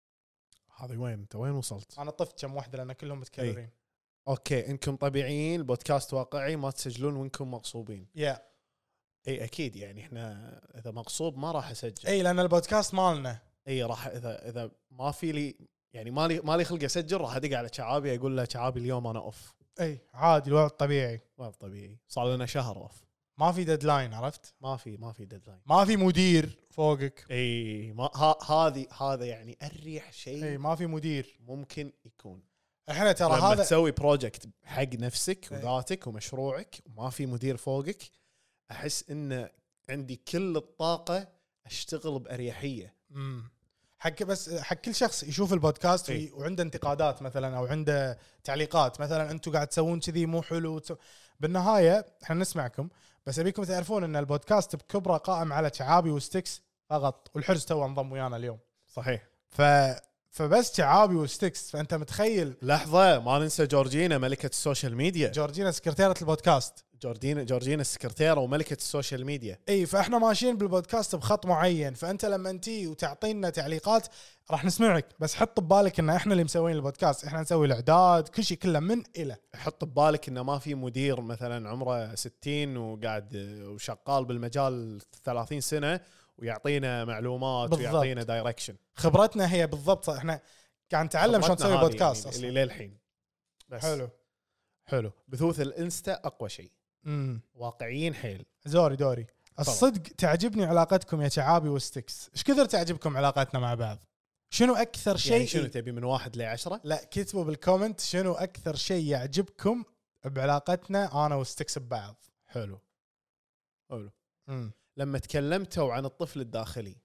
هذا وين انت وين وصلت؟ انا طفت كم واحده لان كلهم متكررين. اوكي انكم طبيعيين، البودكاست واقعي، ما تسجلون وانكم مغصوبين. يا اي اكيد يعني احنا اذا مغصوب ما راح اسجل. اي لان البودكاست مالنا. اي راح اذا اذا ما في لي يعني مالي مالي خلق اسجل، راح ادق على شعابي اقول له شعابي اليوم انا اوف. اي عادي الوضع طبيعي، ما طبيعي، صار لنا شهر اوف. ما في ديدلاين، عرفت؟ ما في ما في ديدلاين. ما في مدير فوقك. اي ما ها هذه هذا يعني اريح شيء اي ما في مدير. ممكن يكون. احنا ترى لما هذا تسوي بروجكت حق نفسك إيه. وذاتك ومشروعك وما في مدير فوقك، احس ان عندي كل الطاقه اشتغل باريحيه. امم حق بس حق كل شخص يشوف البودكاست إيه. وي- وعنده انتقادات مثلا او عنده تعليقات، مثلا انتم قاعد تسوون كذي مو حلو وتسو... بالنهايه احنا نسمعكم، بس ابيكم تعرفون ان البودكاست بكبره قائم على شعابي وستكس فقط، والحرز تو انضم ويانا اليوم. صحيح. ف فبس شعابي وستكس، فانت متخيل لحظه ما ننسى جورجينا ملكه السوشيال ميديا. جورجينا سكرتيرة البودكاست. جورجينا جورجينا السكرتيره وملكه السوشيال ميديا. اي فاحنا ماشيين بالبودكاست بخط معين، فانت لما انتي وتعطينا تعليقات راح نسمعك، بس حط ببالك ان احنا اللي مسوين البودكاست، احنا نسوي الاعداد كل شيء كله من الى. حط ببالك انه ما في مدير مثلا عمره ستين وقاعد وشغال بالمجال ثلاثين سنه ويعطينا معلومات بالضبط. ويعطينا دايركشن. خبرتنا هي بالضبط، احنا قاعد نتعلم شلون خبرتنا نسوي هذه بودكاست يعني اصلا. اللي للحين بس. حلو. حلو. بثوث الانستا اقوى شيء، امم واقعيين حيل. زوري دوري الصدق تعجبني علاقتكم يا شعابي وستكس. ايش كثر تعجبكم علاقتنا مع بعض؟ شنو اكثر شيء يعني شنو تبي من واحد لعشرة؟ لا كتبوا بالكومنت شنو اكثر شيء يعجبكم بعلاقتنا انا وستكس ببعض. حلو حلو. امم لما تكلمتوا عن الطفل الداخلي.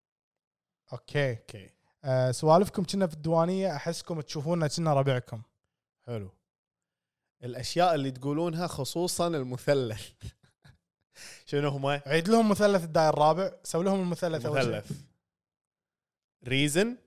اوكي. اوكي أه سوالفكم كنا في الديوانيه احسكم تشوفونا كنا ربعكم. حلو. الاشياء اللي تقولونها خصوصا المثلث. شنو هما؟ عيد لهم مثلث الداير الرابع، سوي لهم المثلث اول شيء. مثلث ريزن،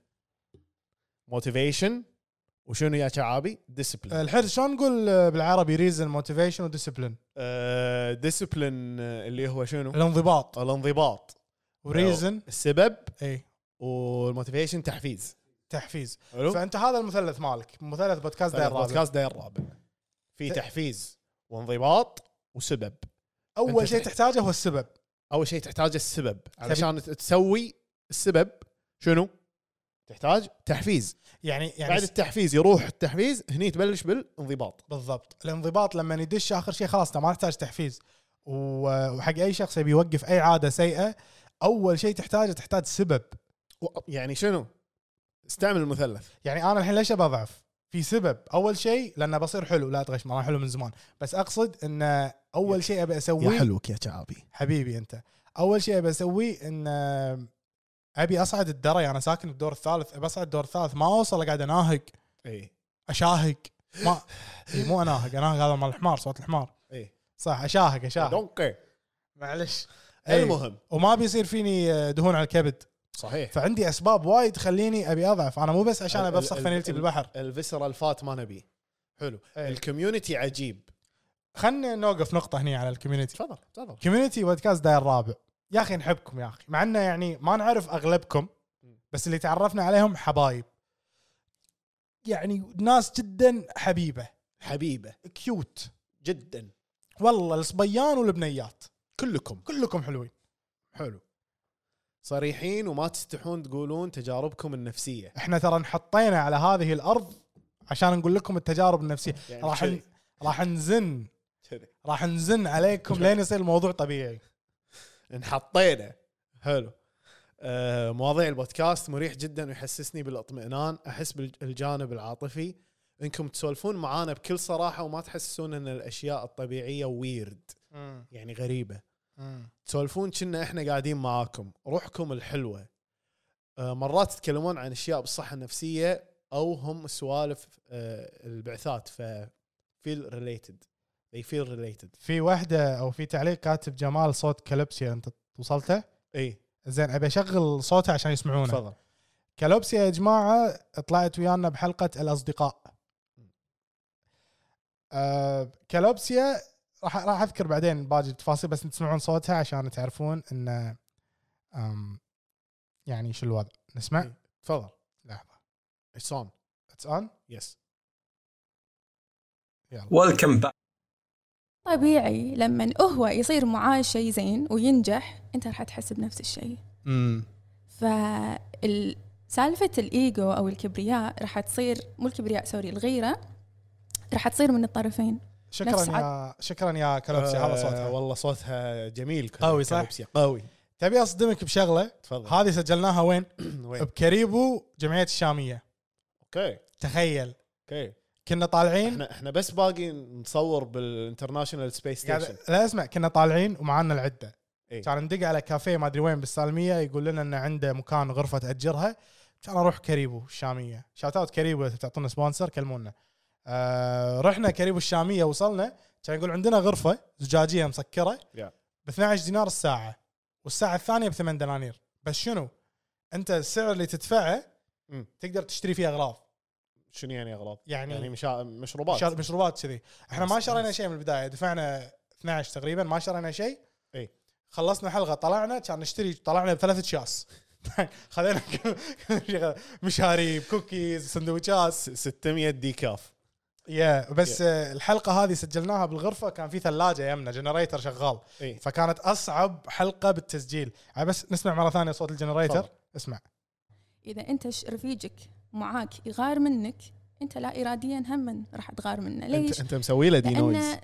موتيفيشن، وشنو يا شعابي؟ ديسيبلين. الحرز شلون نقول بالعربي؟ ريزن، موتيفيشن، وديسيبلين. ديسيبلين اللي هو شنو؟ الانضباط. الانضباط. وريزن السبب، اي والموتيفيشن تحفيز. تحفيز. حلو. فانت هذا المثلث مالك، مثلث بودكاست داير الرابع. بودكاست داير الرابع في ت- تحفيز وانضباط وسبب. اول أنت شيء تح- تحتاجه هو السبب. اول شيء تحتاج السبب علشان تسوي السبب. شنو تحتاج؟ تحفيز. يعني يعني بعد التحفيز يروح التحفيز، هني تبلش بالانضباط. بالضبط. الانضباط لما يدش اخر شيء خلاص انت ما تحتاج تحفيز. و- وحق اي شخص يبي يوقف اي عاده سيئه، اول شيء تحتاجه تحتاج سبب. و- يعني شنو؟ استعمل المثلث. يعني انا الحين ليش بضعف؟ في سبب. اول شيء لانه بصير حلو، لا تغش، ما أنا حلو من زمان، بس اقصد ان اول شيء ابي اسويه. حلوك يا شعابي. حبيبي انت. اول شيء ابي اسويه ان ابي اصعد الدرج. انا ساكن بالدور الثالث، ابي اصعد الدور الثالث، ما اوصل قاعد اناهق اي اشاهق. ما إيه مو اناهق، اناهق هذا مال الحمار، صوت الحمار. اي صح اشاهق اشاهق دونكي معلش. أي. المهم وما بيصير فيني دهون على الكبد، صحيح. فعندي اسباب وايد تخليني ابي اضعف. انا مو بس عشان ال- ابي افسخ ال- فانيلتي ال- بالبحر. الفيسرال الفات ما نبي. حلو. أي. الكوميونتي عجيب. خلنا نوقف نقطه هني على الكوميونتي. تفضل تفضل. كوميونتي بودكاست داير الرابع يا اخي نحبكم يا اخي، مع انه يعني ما نعرف اغلبكم بس اللي تعرفنا عليهم حبايب، يعني ناس جدا حبيبه حبيبه كيوت جدا والله، الصبيان والبنيات كلكم كلكم حلوين. حلو صريحين وما تستحون تقولون تجاربكم النفسيه. احنا ترى انحطينا على هذه الارض عشان نقول لكم التجارب النفسيه. يعني راح ن... كذي. راح نزن كذي. راح نزن عليكم لين يصير الموضوع طبيعي. انحطينا. حلو. آه مواضيع البودكاست مريح جدا ويحسسني بالاطمئنان. احس بالجانب العاطفي انكم تسولفون معانا بكل صراحه وما تحسون ان الاشياء الطبيعيه ويرد، يعني غريبه. تسولفون كنا احنا قاعدين معاكم، روحكم الحلوه. آه مرات تتكلمون عن اشياء بالصحه النفسيه او هم سوالف آه البعثات، ف feel related they feel related. في وحده او في تعليق كاتب جمال صوت كالبسيا، انت وصلته؟ اي زين ابي اشغل صوته عشان يسمعونه. تفضل. كالبسيا يا جماعه طلعت ويانا بحلقه الاصدقاء. أه كالبسيا راح راح اذكر بعدين باقي التفاصيل، بس تسمعون صوتها عشان تعرفون ان أم يعني شو الوضع. نسمع. إيه. تفضل. لحظه. It's on. It's on. Yes. يلا. Welcome back. طبيعي لما هو يصير معاه شيء زين وينجح انت راح تحس بنفس الشيء. امم فسالفة الإيجو أو الكبرياء راح تصير، مو الكبرياء سوري، الغيرة راح تصير من الطرفين. شكرا يا شكرا يا كالبسيا. آه هذا صوتها والله صوتها جميل قوي صح؟ كالبسيا قوي. تبي أصدمك بشغلة؟ تفضل. هذه سجلناها وين؟ وين؟ بكريبو جمعية الشامية. اوكي تخيل اوكي. كنا طالعين، احنا احنا بس باقي نصور بالانترناشونال سبيس ستيشن. لا اسمع، كنا طالعين ومعنا العدة. إيه؟ كان ندق على كافيه ما ادري وين بالسالمية، يقول لنا ان عنده مكان غرفة تأجرها. كان اروح كريبو الشامية. شاوت اوت كريبو، تعطونا سبونسر كلمونا. آه رحنا كريبو الشامية، وصلنا كان يقول عندنا غرفة زجاجية مسكرة yeah. ب اثني عشر دينار الساعة، والساعة الثانية ب ثمانية دنانير. بس شنو انت السعر اللي تدفعه م. تقدر تشتري فيه اغراض. شنو يعني اغراض؟ يعني, يعني مشا... مشروبات. شر... مشروبات كذي. احنا ما شرينا شيء من البداية، دفعنا اثني عشر تقريبا، ما شرينا شيء. اي خلصنا حلقة طلعنا كان نشتري، طلعنا بثلاثة شاس. خذينا مشاريب كوكيز سندويشات ستمية ديكاف. يا بس yeah. الحلقة هذه سجلناها بالغرفة، كان في ثلاجة يمنا جنريتر شغال. إيه؟ فكانت أصعب حلقة بالتسجيل. بس نسمع مرة ثانية صوت الجنريتر. اسمع. إذا أنت رفيجك معاك يغار منك، أنت لا إراديا هم راح تغار منه. ليش؟ أنت, أنت مسوي له دي نويز. لأن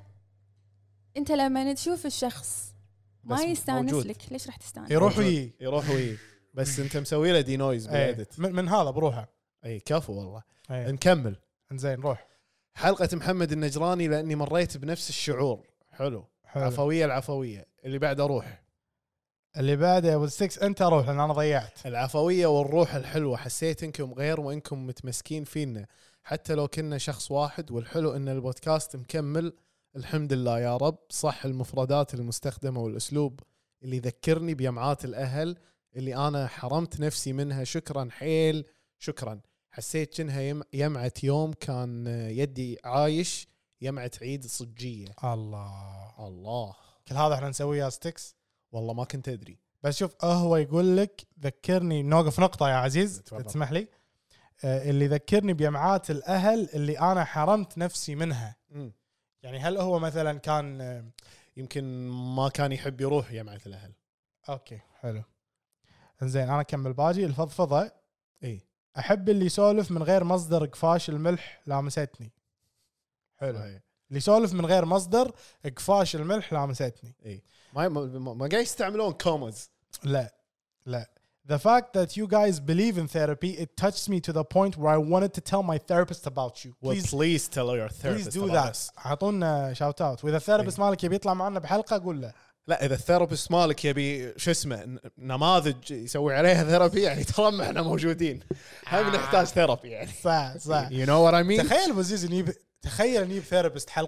أنت لما تشوف الشخص ما يستانس لك، ليش راح تستانس؟ يروح وي يروح وي بس أنت مسوي له دي نويز بالإديت. من, من هذا بروحه. أي كفو والله. أي. نكمل. إنزين روح. حلقة محمد النجراني لأني مريت بنفس الشعور. حلو, حلو. عفوية العفوية اللي بعد أروح. اللي بعده أبو السكس أنت أروح لأن أنا ضيعت. العفوية والروح الحلوة. حسيت إنكم غير وإنكم متمسكين فينا حتى لو كنا شخص واحد. والحلو إن البودكاست مكمل الحمد لله يا رب. صح المفردات المستخدمة والأسلوب اللي ذكرني بيمعات الأهل اللي أنا حرمت نفسي منها. شكرا حيل شكرا. حسيت كأنها يمعة يوم كان يدي عايش، يمعة عيد صجية. الله الله. كل هذا احنا نسويه يا ستيكس؟ والله ما كنت أدري. بس شوف هو يقول لك ذكرني، نوقف نقطة يا عزيز تسمح لي. آه اللي ذكرني بيمعات الأهل اللي أنا حرمت نفسي منها. م. يعني هل هو مثلا كان آه يمكن ما كان يحب يروح يمعة الأهل. أوكي حلو. إنزين أنا أكمل باجي. الفضفضة. إيه. أحب اللي يسولف من غير مصدر قفاش الملح لامستني. حلو. أيه. اللي يسولف من غير مصدر قفاش الملح لامستني. إيه. ما ما, ما قاعد يستعملون كومز. لا لا. The fact that you guys believe in therapy, it touched me to the point where I wanted to tell my therapist about you. Please, well, please tell your therapist. Please do that. عطونا shout out. وإذا الثيرابيست مالك يبي يطلع معنا بحلقة قول له. لا إذا الثيرابيست مالك يبي شو اسمه نماذج يسوي عليها ثيرابي يعني ترى احنا موجودين. هم نحتاج ثيرابي يعني. صح صح. You know what I mean. تخيل مزيز نجيب، تخيل نجيب ثيرابيست حلقة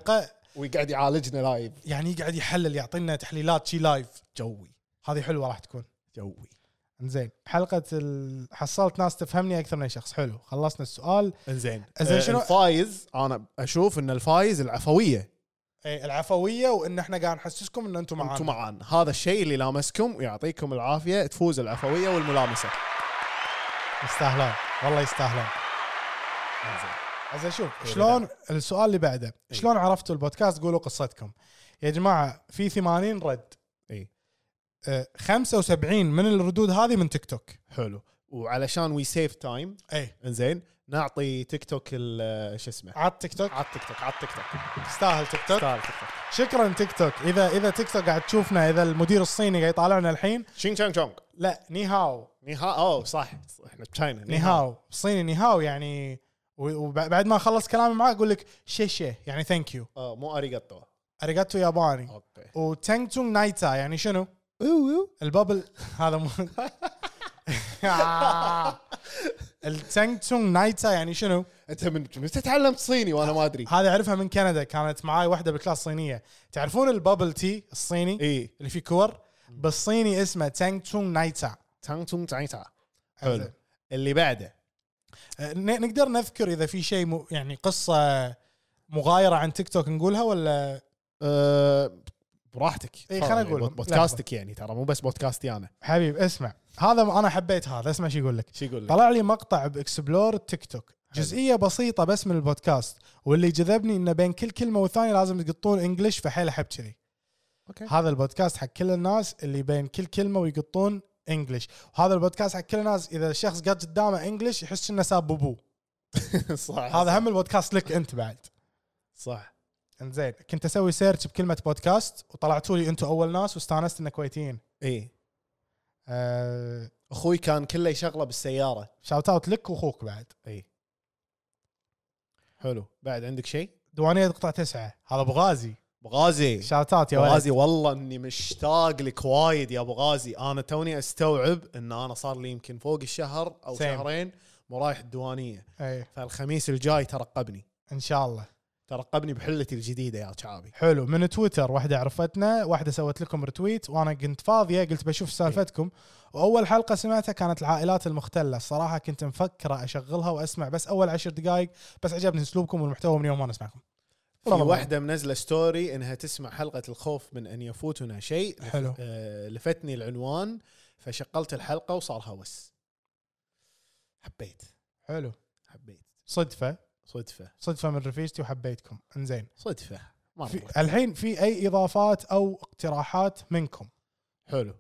ويقعد يعالجنا لايف. يعني يقعد يحلل يعطينا تحليلات شي لايف. جوي هذه حلوه راح تكون. جوي. انزين حلقه ال... حصلت ناس تفهمني اكثر من شخص. حلو خلصنا السؤال. انزين زين شنو الفايز؟ انا اشوف ان الفايز العفويه. اي العفويه وان احنا قاعد نحسسكم ان انتم معانا. انتم معانا هذا الشيء اللي لامسكم ويعطيكم العافيه. تفوز العفويه والملامسه. يستاهلون والله يستاهلون. زين شوف إيه شلون بدأ. السؤال اللي بعده إيه. شلون عرفتوا البودكاست؟ قولوا قصتكم يا جماعه. في ثمانين رد. اي آه خمسة وسبعين من الردود هذه من تيك توك. حلو. وعلشان وي سيف تايم اي انزين نعطي تيك توك ال- شو اسمه عاد تيك توك. على تيك توك على تيك توك. تستاهل تيك توك. ستار تيك توك. شكرا تيك توك. اذا اذا تيك توك قاعد تشوفنا، اذا المدير الصيني قاعد يطالعنا الحين، شين شانغ شونغ لا نيهاو. نيها. اوه صح احنا بتشاينا. نيهاو الصيني نيهاو يعني. وبعد ما اخلص كلامي معاه اقول لك شي شي يعني ثانك يو. اه مو اريغاتو. اريغاتو ياباني. اوكي. وتانغ تونغ نايتا يعني شنو؟ البابل هذا مو التانغ تونغ نايتا يعني شنو؟ انت من متى تعلمت صيني وانا ما ادري؟ هذا اعرفها من كندا، كانت معاي واحده بالكلاس صينيه. تعرفون البابل تي الصيني اي اللي فيه كور؟ بالصيني اسمه تانغ تونغ نايتا. تانغ تونغ تايتا. حلو. اللي بعده أه، ن- نقدر نذكر اذا في شيء م... يعني قصه مغايره عن تيك توك نقولها ولا؟ أه براحتك. إي، خلنا نقول. بود- بودكاستك يعني ترى مو بس بودكاستي انا. حبيب اسمع هذا انا حبيت هذا. اسمع شو يقول لك. شو يقول لك؟ طلع لي مقطع باكسبلور تيك توك، جزئيه بسيطه بس من البودكاست، واللي جذبني انه بين كل كلمه والثانيه لازم تقطون انجلش، فحيل احب كذي. اوكي. هذا البودكاست حق كل الناس اللي بين كل كلمه ويقطون انجلش، وهذا البودكاست حق كل الناس اذا الشخص قاعد قدامه انجلش يحس انه ساب بوبو. صح. هذا هم البودكاست لك انت بعد. صح. انزين كنت اسوي سيرش بكلمه بودكاست وطلعتوا لي انتم اول ناس واستانست انك كويتيين. اي أه اخوي كان كله يشغله بالسياره. شاوت اوت لك واخوك بعد. اي حلو. بعد عندك شيء؟ دوانيه قطعه تسعه هذا ابو غازي. ابو غازي. شاوت اوت يا ابو ولد. غازي والله اني مشتاق لك وايد يا ابو غازي. انا توني استوعب ان انا صار لي يمكن فوق الشهر او Same. شهرين مو رايح الديوانيه. اي فالخميس الجاي ترقبني ان شاء الله. ترقبني بحلتي الجديده يا شعابي. حلو. من تويتر واحده عرفتنا، واحده سوت لكم رتويت وانا كنت فاضيه قلت بشوف سالفتكم، واول حلقه سمعتها كانت العائلات المختله. الصراحه كنت مفكره اشغلها واسمع بس اول عشر دقائق، بس عجبني اسلوبكم والمحتوى من يوم ما نسمعكم. في واحده منزله ستوري انها تسمع حلقه الخوف من ان يفوتنا شيء. حلو. آه لفتني العنوان فشغلت الحلقه وصار هوس. حبيت. حلو. حبيت. صدفه صدفه. صدفه من رفيجتي وحبيتكم. انزين صدفه مرة. في الحين في اي اضافات او اقتراحات منكم؟ حلو.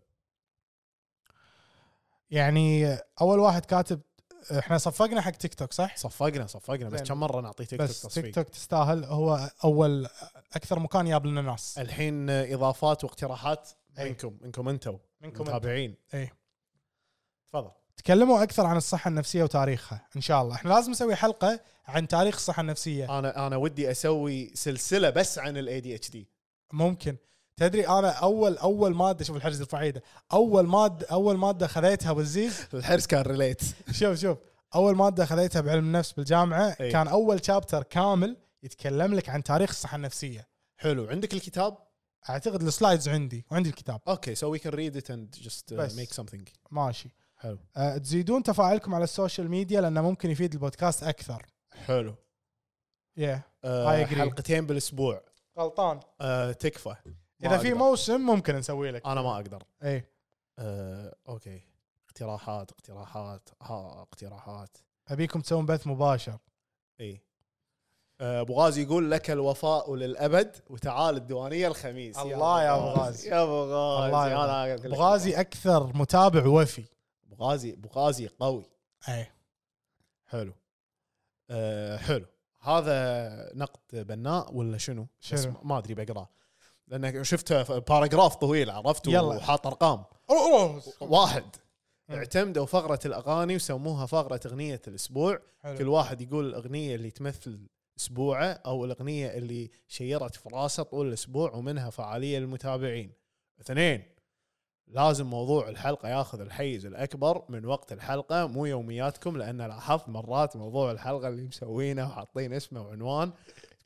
يعني اول واحد كاتب احنا صفقنا حق تيك توك صح؟ صفقنا صفقنا بس زين. كم مره نعطي تيك توك بس تصفيق. تيك توك تستاهل، هو اول اكثر مكان ياب لنا ناس. الحين اضافات واقتراحات أي. منكم منكم انتم منكم متابعين. اي تفضل. تكلموا اكثر عن الصحه النفسيه وتاريخها ان شاء الله. احنا لازم نسوي حلقه عن تاريخ الصحه النفسيه. انا انا ودي اسوي سلسله بس عن الاي دي اتش دي. ممكن. تدري انا اول اول ماده، شوف الحرز الفعيده، اول ماده اول ماده خذيتها بالزيز. الحرس كان ريليت. شوف شوف اول ماده خذيتها بعلم النفس بالجامعه أي. كان اول شابتر كامل يتكلم لك عن تاريخ الصحه النفسيه. حلو. عندك الكتاب؟ اعتقد السلايدز عندي وعندي الكتاب. اوكي سو وي كان ريد ات اند جست ميك سمثينج. ماشي. حلو. أه تزيدون تفاعلكم على السوشيال ميديا لانه ممكن يفيد البودكاست اكثر. حلو. يا yeah. آه I agree. حلقتين بالاسبوع. غلطان. آه تكفى. اذا في موسم ممكن نسوي لك. انا ما اقدر. اي آه اوكي. اقتراحات اقتراحات ها اقتراحات. ابيكم تسوون بث مباشر. اي. آه، ابو غازي يقول لك الوفاء للابد وتعال الديوانيه الخميس. الله يا أبو غازي. يا ابو غازي. الله يا أنا ابو غازي اكثر متابع وفي. ابو غازي ابو غازي قوي. اي حلو. أه حلو. هذا نقد بناء ولا شنو؟ شنو؟ بس ما ادري بقراه لان شفت باراجراف طويل عرفت يلا. وحاط ارقام. أوه أوه. واحد مم. اعتمدوا فقره الاغاني وسموها فقره اغنيه الاسبوع. حلو. كل واحد يقول الاغنيه اللي تمثل اسبوعه او الاغنيه اللي شيرت في راسه طول الاسبوع ومنها فعاليه للمتابعين. اثنين لازم موضوع الحلقه ياخذ الحيز الاكبر من وقت الحلقه مو يومياتكم، لان لاحظت مرات موضوع الحلقه اللي مسوينه وحاطين اسمه وعنوان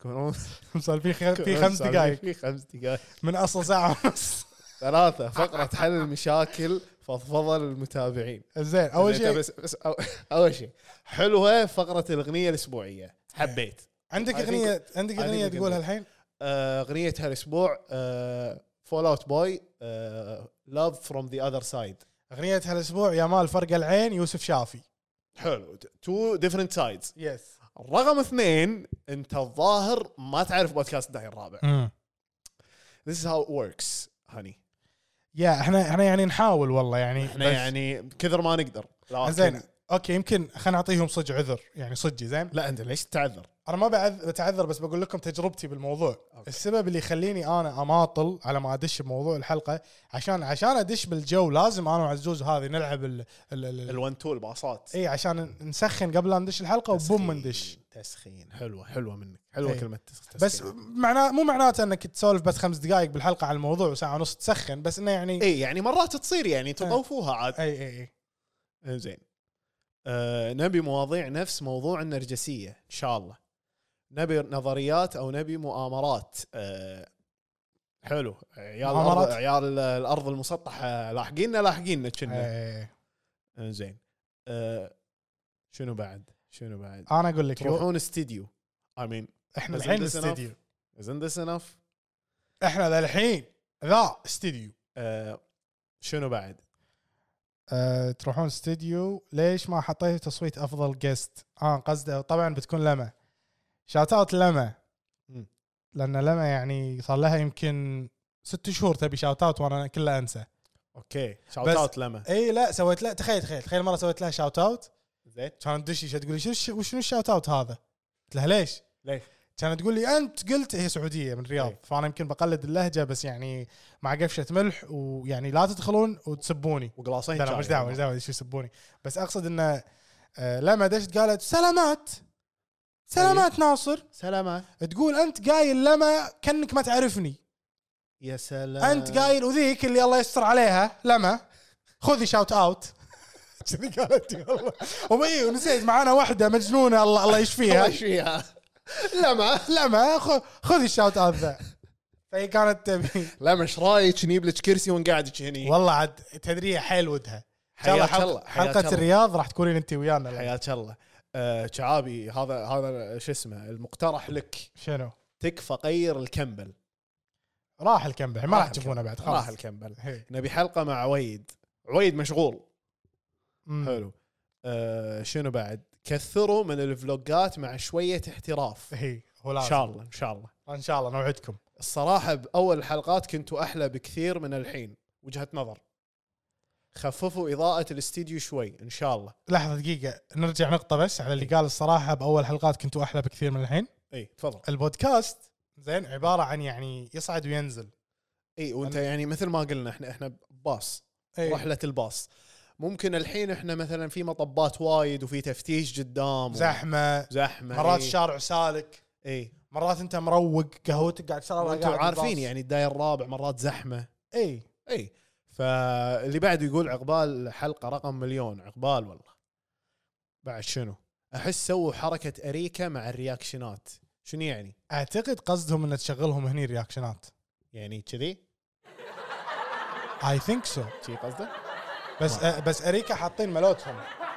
تكونون مسولفين خ- في خمس دقائق في خمس دقائق من اصل ساعه ونص. ثلاثة فقرة حل المشاكل فضفضة للمتابعين. زين اول زين، شيء بس, بس أو اول شيء حلوة فقرة الأغنية الأسبوعية، حبيت. عندك I think- اغنيه عندك I اغنيه think we can تقولها do. الحين؟ آه، أغنية هالأسبوع فول اوت بوي لاف فروم ذا اذر سايد. اغنيه هالاسبوع يا مال فرق العين يوسف شافي. حلو، تو ديفرنت سايدز. يس. رقم اثنين، انت الظاهر ما تعرف بودكاست الداعي الرابع. امم This is how it works honey. يا احنا احنا يعني نحاول والله يعني احنا بس- يعني كثر ما نقدر. لكن- زين اوكي يمكن خلينا نعطيهم صج عذر يعني صجي زين. لا انت ليش تعذر؟ انا ما بعذ- بتعذر بس بقول لكم تجربتي بالموضوع. أوكي. السبب اللي يخليني انا اماطل على ما ادش بموضوع الحلقه عشان عشان ادش بالجو لازم انا وعزوز هذه نلعب ال ال ال الون تو الباصات. اي عشان نسخن قبل لا ندش الحلقه وبوم ندش. تسخين. حلوه حلوه منك، حلوه إيه. كلمه تسخين. بس معناه مو معناته انك تسولف بس خمس دقائق بالحلقه على الموضوع وساعه ونص تسخن، بس انه يعني اي يعني مرات تصير يعني تضوفوها عاد. اي اي اي زين. آه نبي مواضيع نفس موضوع النرجسيه ان شاء الله. نبي نظريات او نبي مؤامرات. آه حلو. عيال مؤامرات؟ الارض عيال الارض المسطحه لاحقيننا لاحقيننا كنا. إي. آه زين. آه شنو بعد شنو بعد انا اقول لك تروحون استديو. I mean احنا isn't الحين this استديو، isn't this enough؟ احنا للحين ذا استديو. آه شنو بعد؟ أه تروحون استديو. ليش ما حطيت تصويت افضل جيست؟ اه قصده طبعا بتكون لما. شات اوت لما، مم. لان لما يعني صار لها يمكن ست شهور تبي شات اوت وانا كله انسى. اوكي شاوت بس- اوت لما. اي لا سويت لا تخيل تخيل تخيل مره سويت لها شات اوت زين كانت تدش تقول لي شنو وشنو الشات اوت هذا؟ قلت لها ليش؟ ليش؟ كانت تقول لي انت قلت هي سعوديه من الرياض أي. فانا يمكن بقلد اللهجه بس يعني مع قفشه ملح ويعني لا تدخلون وتسبوني. وقلاصين لا لا شاي. مش دعوه مش دعوه شو يسبوني، بس اقصد انه آه، لما دشت قالت سلامات سلامات ناصر، سلامات. تقول انت قايل لما كانك ما تعرفني، يا سلام. انت قايل وذيك اللي الله يستر عليها لما خذي شاوت اوت. كذي قالت والله. وبي ونسيت معانا واحده مجنونه الله الله يشفيها ايش فيها؟ لما لما خ- خذي الشاوت اوت ذا. فهي كانت تبي لما ايش رايك نجيب لك كرسي ونقعدك هني؟ والله عاد تدري حيل ودها. إن شاء الله حياك حلقة, الله، حياك حلقة الله. الرياض راح تكونين انت ويانا. حياك الله. آه شعابي هذا هذا شو اسمه المقترح لك. شنو؟ تكفى غير الكمبل. راح الكمبل ما راح راح تشوفونه بعد راح خلاص. الكمبل. هي. نبي حلقه مع عويد. عويد مشغول. مم. حلو. آه شنو بعد؟ كثروا من الفلوجات مع شويه احتراف. هي هو ان لازم. شاء الله ان شاء الله. ان شاء الله نوعدكم. الصراحه باول الحلقات كنتوا احلى بكثير من الحين. وجهه نظر. خففوا اضاءه الاستديو شوي ان شاء الله. لحظه دقيقه نرجع نقطه بس على اللي قال الصراحه باول حلقات كنتوا احلى بكثير من الحين. اي تفضل. البودكاست زين عباره عن يعني يصعد وينزل. اي وانت يعني مثل ما قلنا احنا احنا باص. أي. رحله الباص. ممكن الحين احنا مثلا في مطبات وايد وفي تفتيش قدام و- زحمه زحمه. مرات إي. الشارع سالك، اي مرات انت مروق قهوتك قاعد تشربها وانتم قاعد عارفين بالباص. يعني الداير الرابع مرات زحمه. اي اي فاللي بعده يقول عقبال حلقه رقم مليون. عقبال والله. بعد شنو؟ احس سووا حركه اريكا مع الرياكشنات. شنو يعني؟ اعتقد قصدهم ان تشغلهم هني رياكشنات. يعني كذي؟ اي ثينك سو. شي قصده؟ بس أه بس اريكا حاطين ملوتهم.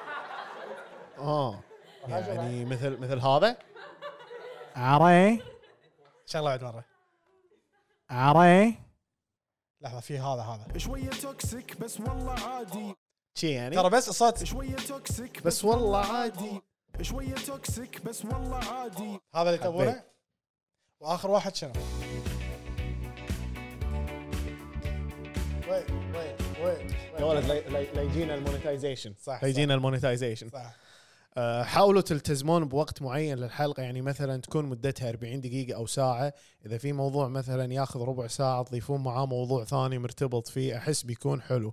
اه يعني مثل مثل هذا. عري شغله بعد مره. عري لحظه في هذا هذا شوية توكسيك بس والله عادي، شي يعني ترى بس الصوت شوية توكسيك بس والله عادي. شوية توكسيك بس والله عادي. هذا اللي تبونه. حبيت. واخر واحد شنو؟ وين وين وين يا ولد لا- لا لا يجينا المونيتايزيشن. صح، لا يجينا المونيتايزيشن. صح. آه، حاولوا تلتزمون بوقت معين للحلقه، يعني مثلا تكون مدتها أربعين دقيقه او ساعه. اذا في موضوع مثلا ياخذ ربع ساعه تضيفون معاه موضوع ثاني مرتبط فيه، احس بيكون حلو.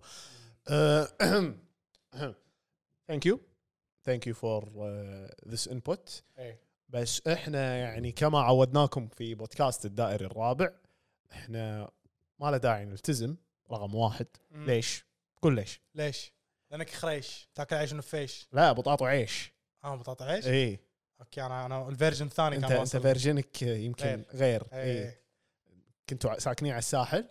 ثانك يو ثانك يو فور ذس انبوت. إيه. بس احنا يعني كما عودناكم في بودكاست الدائري الرابع، احنا ما له داعي نلتزم. رقم واحد. مم. ليش؟ قول ليش. ليش؟ لانك خريش تاكل عيش ونفيش. لا بطاطا وعيش. اه بطاطا عيش. اي اوكي انا انا الفيرجن الثاني انت كان انت واصل. فيرجنك يمكن غير. غير, غير. إيه. اي كنتوا ساكنين على الساحل.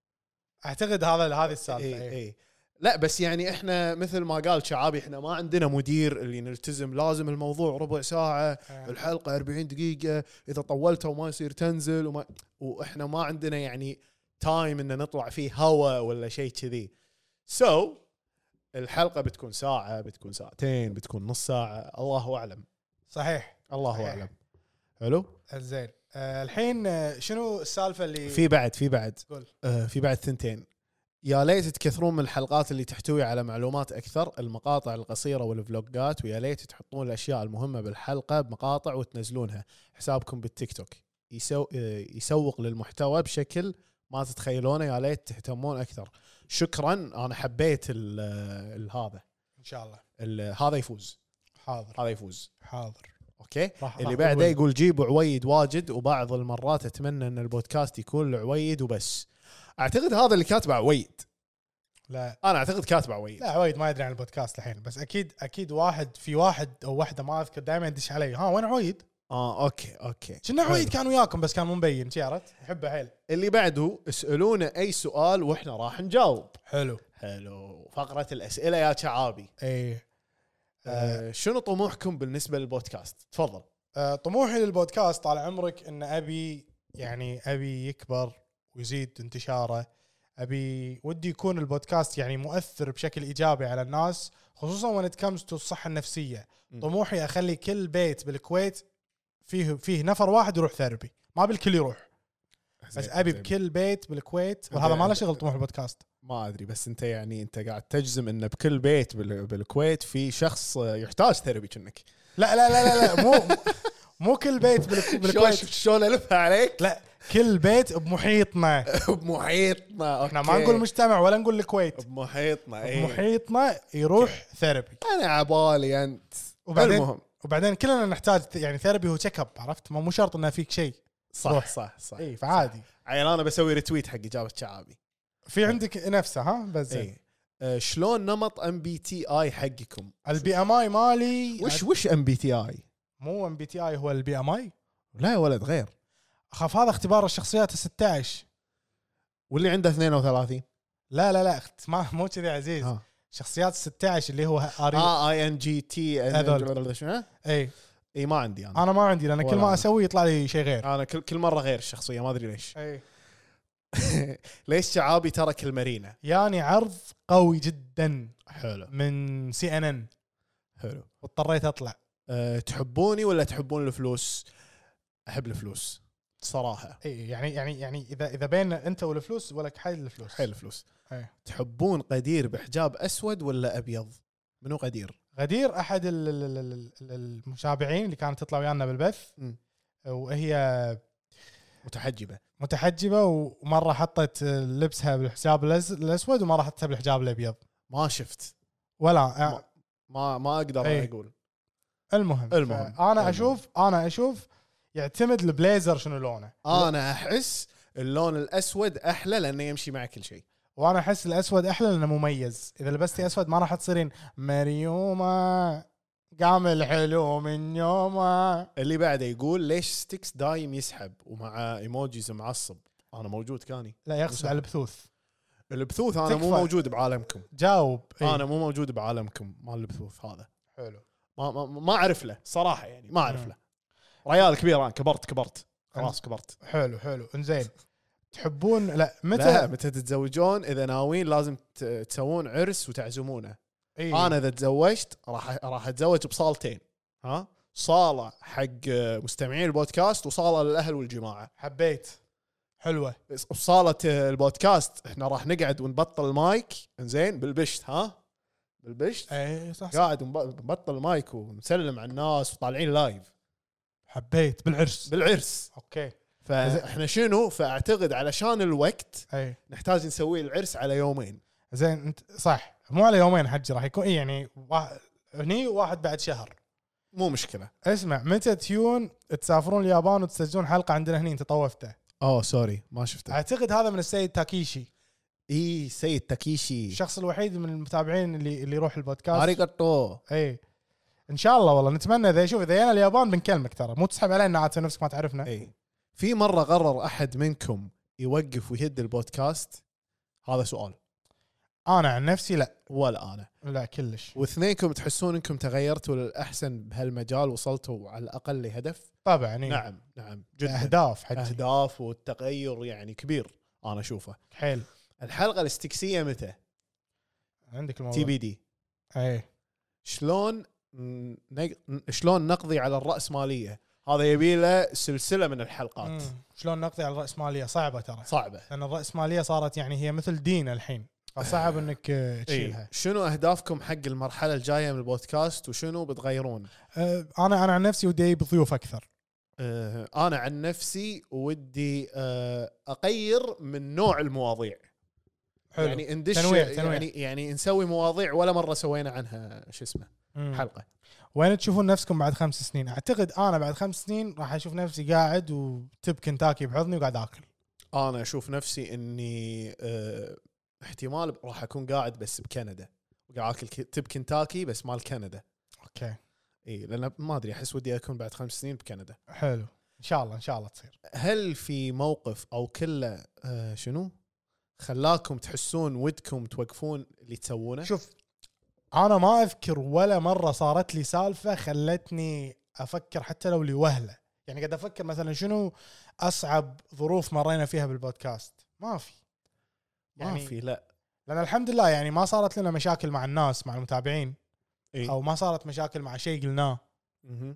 اعتقد هذا هذه السالفه. اي إيه. اي لا بس يعني احنا مثل ما قال شعابي احنا ما عندنا مدير اللي نلتزم لازم الموضوع ربع ساعه إيه. الحلقه أربعين دقيقه اذا طولتها وما يصير تنزل وما واحنا ما عندنا يعني تايم ان نطلع فيه هوا ولا شيء كذي. سو so, الحلقه بتكون ساعه بتكون ساعتين بتكون نص ساعه الله اعلم. صحيح الله صحيح. اعلم. حلو زين. آه الحين آه، شنو السالفه اللي في بعد في بعد قول. آه في بعد ثنتين. يا ليت تكثرون من الحلقات اللي تحتوي على معلومات اكثر المقاطع القصيره والفلوجات ويا ليت تحطون الاشياء المهمه بالحلقه بمقاطع وتنزلونها. حسابكم بالتيك توك يسو يسوق للمحتوى بشكل ما تتخيلونه. يا ليت تهتمون اكثر. شكرا انا حبيت ال ال هذا ان شاء الله. ال هذا يفوز. حاضر هذا يفوز. حاضر. اوكي راح اللي راح بعده أقول. يقول جيبوا عويد واجد وبعض المرات اتمنى ان البودكاست يكون لعويد وبس. اعتقد هذا اللي كاتبه عويد. لا انا اعتقد كاتبه عويد. لا عويد ما يدري عن البودكاست الحين بس اكيد اكيد واحد في واحد او واحده ما اذكر دائما يدش علي ها وين عويد؟ اه اوكي اوكي كنا حلو. عويد كان وياكم بس كان مو مبين شي عرفت؟ يحبه حيل. اللي بعده اسالونا اي سؤال واحنا راح نجاوب. حلو. حلو فقره الاسئله يا شعابي. اي آه شنو طموحكم بالنسبه للبودكاست؟ تفضل. آه طموحي للبودكاست طال عمرك ان ابي يعني ابي يكبر ويزيد انتشاره. ابي ودي يكون البودكاست يعني مؤثر بشكل ايجابي على الناس خصوصا وين تكمز الصحه النفسيه. م. طموحي اخلي كل بيت بالكويت فيه فيه نفر واحد يروح ثيرابي ما بالكل يروح بس ابي بكل بيت بالكويت وهذا ما له شغل طموح البودكاست. ما ادري بس انت يعني انت قاعد تجزم ان بكل بيت بال- بالكويت في شخص يحتاج ثيرابي كأنك. لا لا لا لا, لا مو مو كل بيت بالك- بالكويت. شلون شلون الفها عليك؟ لا كل بيت بمحيطنا. بمحيطنا. احنا ما نقول مجتمع ولا نقول الكويت. بمحيطنا ايه. بمحيطنا يروح ثيرابي. انا عبالي انت. وبعدين المهم وبعدين كلنا نحتاج يعني ثيرابي هو تشيك اب عرفت ما مو شرط انه فيك شيء. صح روح. صح صح اي فعادي. عيل انا بسوي ريتويت حق اجابه شعابي. في عندك نفسه ها بس اي آه شلون نمط ام بي تي اي حقكم؟ البي ام اي مالي وش وش ام بي تي اي؟ مو ام بي تي اي هو البي ام اي. لا يا ولد غير. اخاف هذا اختبار الشخصيات ستة عشر. واللي عنده اثنين وثلاثين. لا لا لا اخت- ما مو كذي عزيز. ها. شخصيات ستة عشر اللي هو اري. اه اي ان جي تي هذول. شنو؟ اي اي ما عندي انا. انا ما عندي لان ولا كل ما أنا. اسوي يطلع لي شيء غير. انا كل كل مره غير الشخصيه ما ادري ليش. اي ليش شعابي ترك المارينا؟ يعني عرض قوي جدا حلو من سي ان ان حلو. واضطريت اطلع. أه تحبوني ولا تحبون الفلوس؟ احب الفلوس صراحه. اي يعني يعني يعني اذا اذا بين انت والفلوس ولك حي الفلوس. حيل الفلوس. أي. تحبون قدير بحجاب اسود ولا ابيض؟ منو قدير؟ غدير احد ال- ال- ال- ال- المشابعين اللي كانت تطلع ويانا بالبث م. وهي متحجبه. متحجبه ومره حطت لبسها بالحجاب الأز- الاسود ومره حطتها بالحجاب الابيض. ما شفت. ولا ما ما, ما اقدر أي. اقول. المهم المهم. انا المهم. اشوف انا اشوف يعتمد البليزر شنو لونه. انا احس اللون الاسود احلى لانه يمشي مع كل شيء. وانا احس الاسود احلى لانه مميز. اذا لبستي اسود ما راح تصيرين مريومه قام الحلو من يومه. اللي بعده يقول ليش ستيكس دايم يسحب ومع ايموجيز معصب؟ انا موجود كاني. لا يقصد على البثوث. البثوث انا مو تكفى. موجود بعالمكم. جاوب. إيه. انا مو موجود بعالمكم مال البثوث هذا. حلو. ما ما, ما اعرف له صراحه يعني ما اعرف مم. له. ريال كبير انا كبرت كبرت خلاص كبرت. حلو حلو انزين. تحبون لا متى لا متى تتزوجون؟ اذا ناويين لازم ت- تسوون عرس وتعزمونه. إيه؟ انا اذا تزوجت راح راح اتزوج بصالتين. ها صاله حق مستمعين البودكاست وصاله للاهل والجماعه. حبيت. حلوه. بصاله البودكاست احنا راح نقعد ونبطل المايك انزين بالبشت. ها بالبشت اي صح, صح. قاعد ونب- نبطل المايك ونسلم على الناس وطالعين لايف حبيت بالعرس. بالعرس. اوكي. فاحنا شنو فاعتقد علشان الوقت اي نحتاج نسوي العرس على يومين. زين انت صح مو على يومين حجي راح يكون إيه يعني واحد هني وواحد بعد شهر. مو مشكله. اسمع متى تيون تسافرون اليابان وتسجلون حلقه عندنا هني انت طوفته. اوه سوري ما شفته. اعتقد هذا من السيد تاكيشي. اي سيد تاكيشي الشخص الوحيد من المتابعين اللي اللي يروح البودكاست. اريغاتو. اي ان شاء الله والله نتمنى. اذا شوف اذا جينا اليابان بنكلمك ترى، مو تسحب علينا عاد نفسك ما تعرفنا. اي في مره قرر احد منكم يوقف ويهد البودكاست؟ هذا سؤال. انا عن نفسي لا ولا انا لا كلش. واثنينكم تحسون انكم تغيرتوا للاحسن بهالمجال، وصلتوا على الاقل لهدف؟ طبعا إيه. نعم نعم جدا. اهداف حجي. اهداف والتغير يعني كبير انا اشوفه. حيل. الحلقه الاستكسيه متى؟ عندك الموضوع تي بي دي. اي شلون نق... شلون نقضي على الرأسمالية؟ هذا يبي له سلسلة من الحلقات. مم. شلون نقضي على الرأسمالية؟ صعبة ترى، صعبة، لأن الرأسمالية صارت يعني هي مثل دين الحين، فصعب انك تشيلها. إيه. شنو اهدافكم حق المرحلة الجاية من البودكاست وشنو بتغيرون؟ أه انا انا عن نفسي ودي اجيب ضيوف اكثر. أه انا عن نفسي ودي أه اغير من نوع المواضيع. حلو. يعني ندش تنويع تنويع. يعني يعني نسوي مواضيع ولا مرة سوينا عنها شو اسمه مم. حلقة. وين تشوفون نفسكم بعد خمس سنين؟ اعتقد انا بعد خمس سنين راح اشوف نفسي قاعد وتب كنتاكي بحضني وقاعد اكل. انا اشوف نفسي اني أه احتمال راح اكون قاعد بس بكندا وقاعد اكل تب كنتاكي بس مال كندا. اوكي. اي لان ما ادري احس ودي اكون بعد خمس سنين بكندا. حلو ان شاء الله ان شاء الله تصير. هل في موقف او كله آه شنو خلاكم تحسون ودكم توقفون اللي تسوونه؟ شوف انا ما اذكر ولا مره صارت لي سالفه خلتني افكر حتى لو لوهله. يعني قاعد افكر مثلا شنو اصعب ظروف مرينا فيها بالبودكاست. ما في يعني ما في لا، لان الحمد لله يعني ما صارت لنا مشاكل مع الناس مع المتابعين. إيه؟ او ما صارت مشاكل مع شيء قلناه. مه.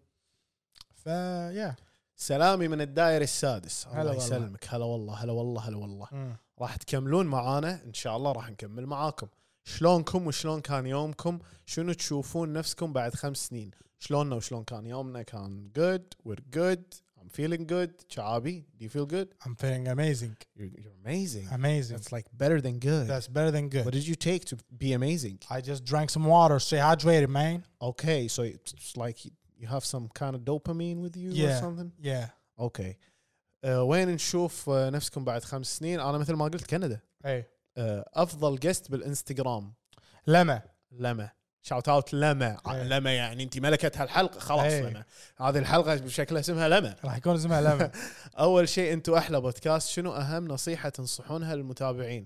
فيا سلامي من الدائري السادس. هلا الله والله. يسلمك. هلا والله هلا والله هلا والله. مم. راح تكملون معانا ان شاء الله، راح نكمل معاكم. شلونكم وشلون كان يومكم؟ شنو تشوفون نفسكم بعد خمس سنين؟ شلوننا وشلون كان يومنا؟ كان good, we're good, I'm feeling good. شعابي, do you feel good? I'm feeling amazing. You're, you're amazing. Amazing. That's like better than good. That's better than good. What did you take to be amazing? I just drank some water, stay hydrated, man. Okay, so it's like you have some kind of dopamine with you Yeah. or something? Yeah. Okay. Uh, وين نشوف uh, نفسكم بعد خمس سنين؟ أنا مثل ما قلت كندا. اي uh, أفضل جست بالإنستغرام لما لما شاوت اوت لما أي. لما يعني انت ملكة هالحلقه خلاص. أي. لما هذه الحلقه بشكلها اسمها لما. راح يكون اسمها لما. اول شيء انتم احلى بودكاست. شنو اهم نصيحه تنصحونها للمتابعين؟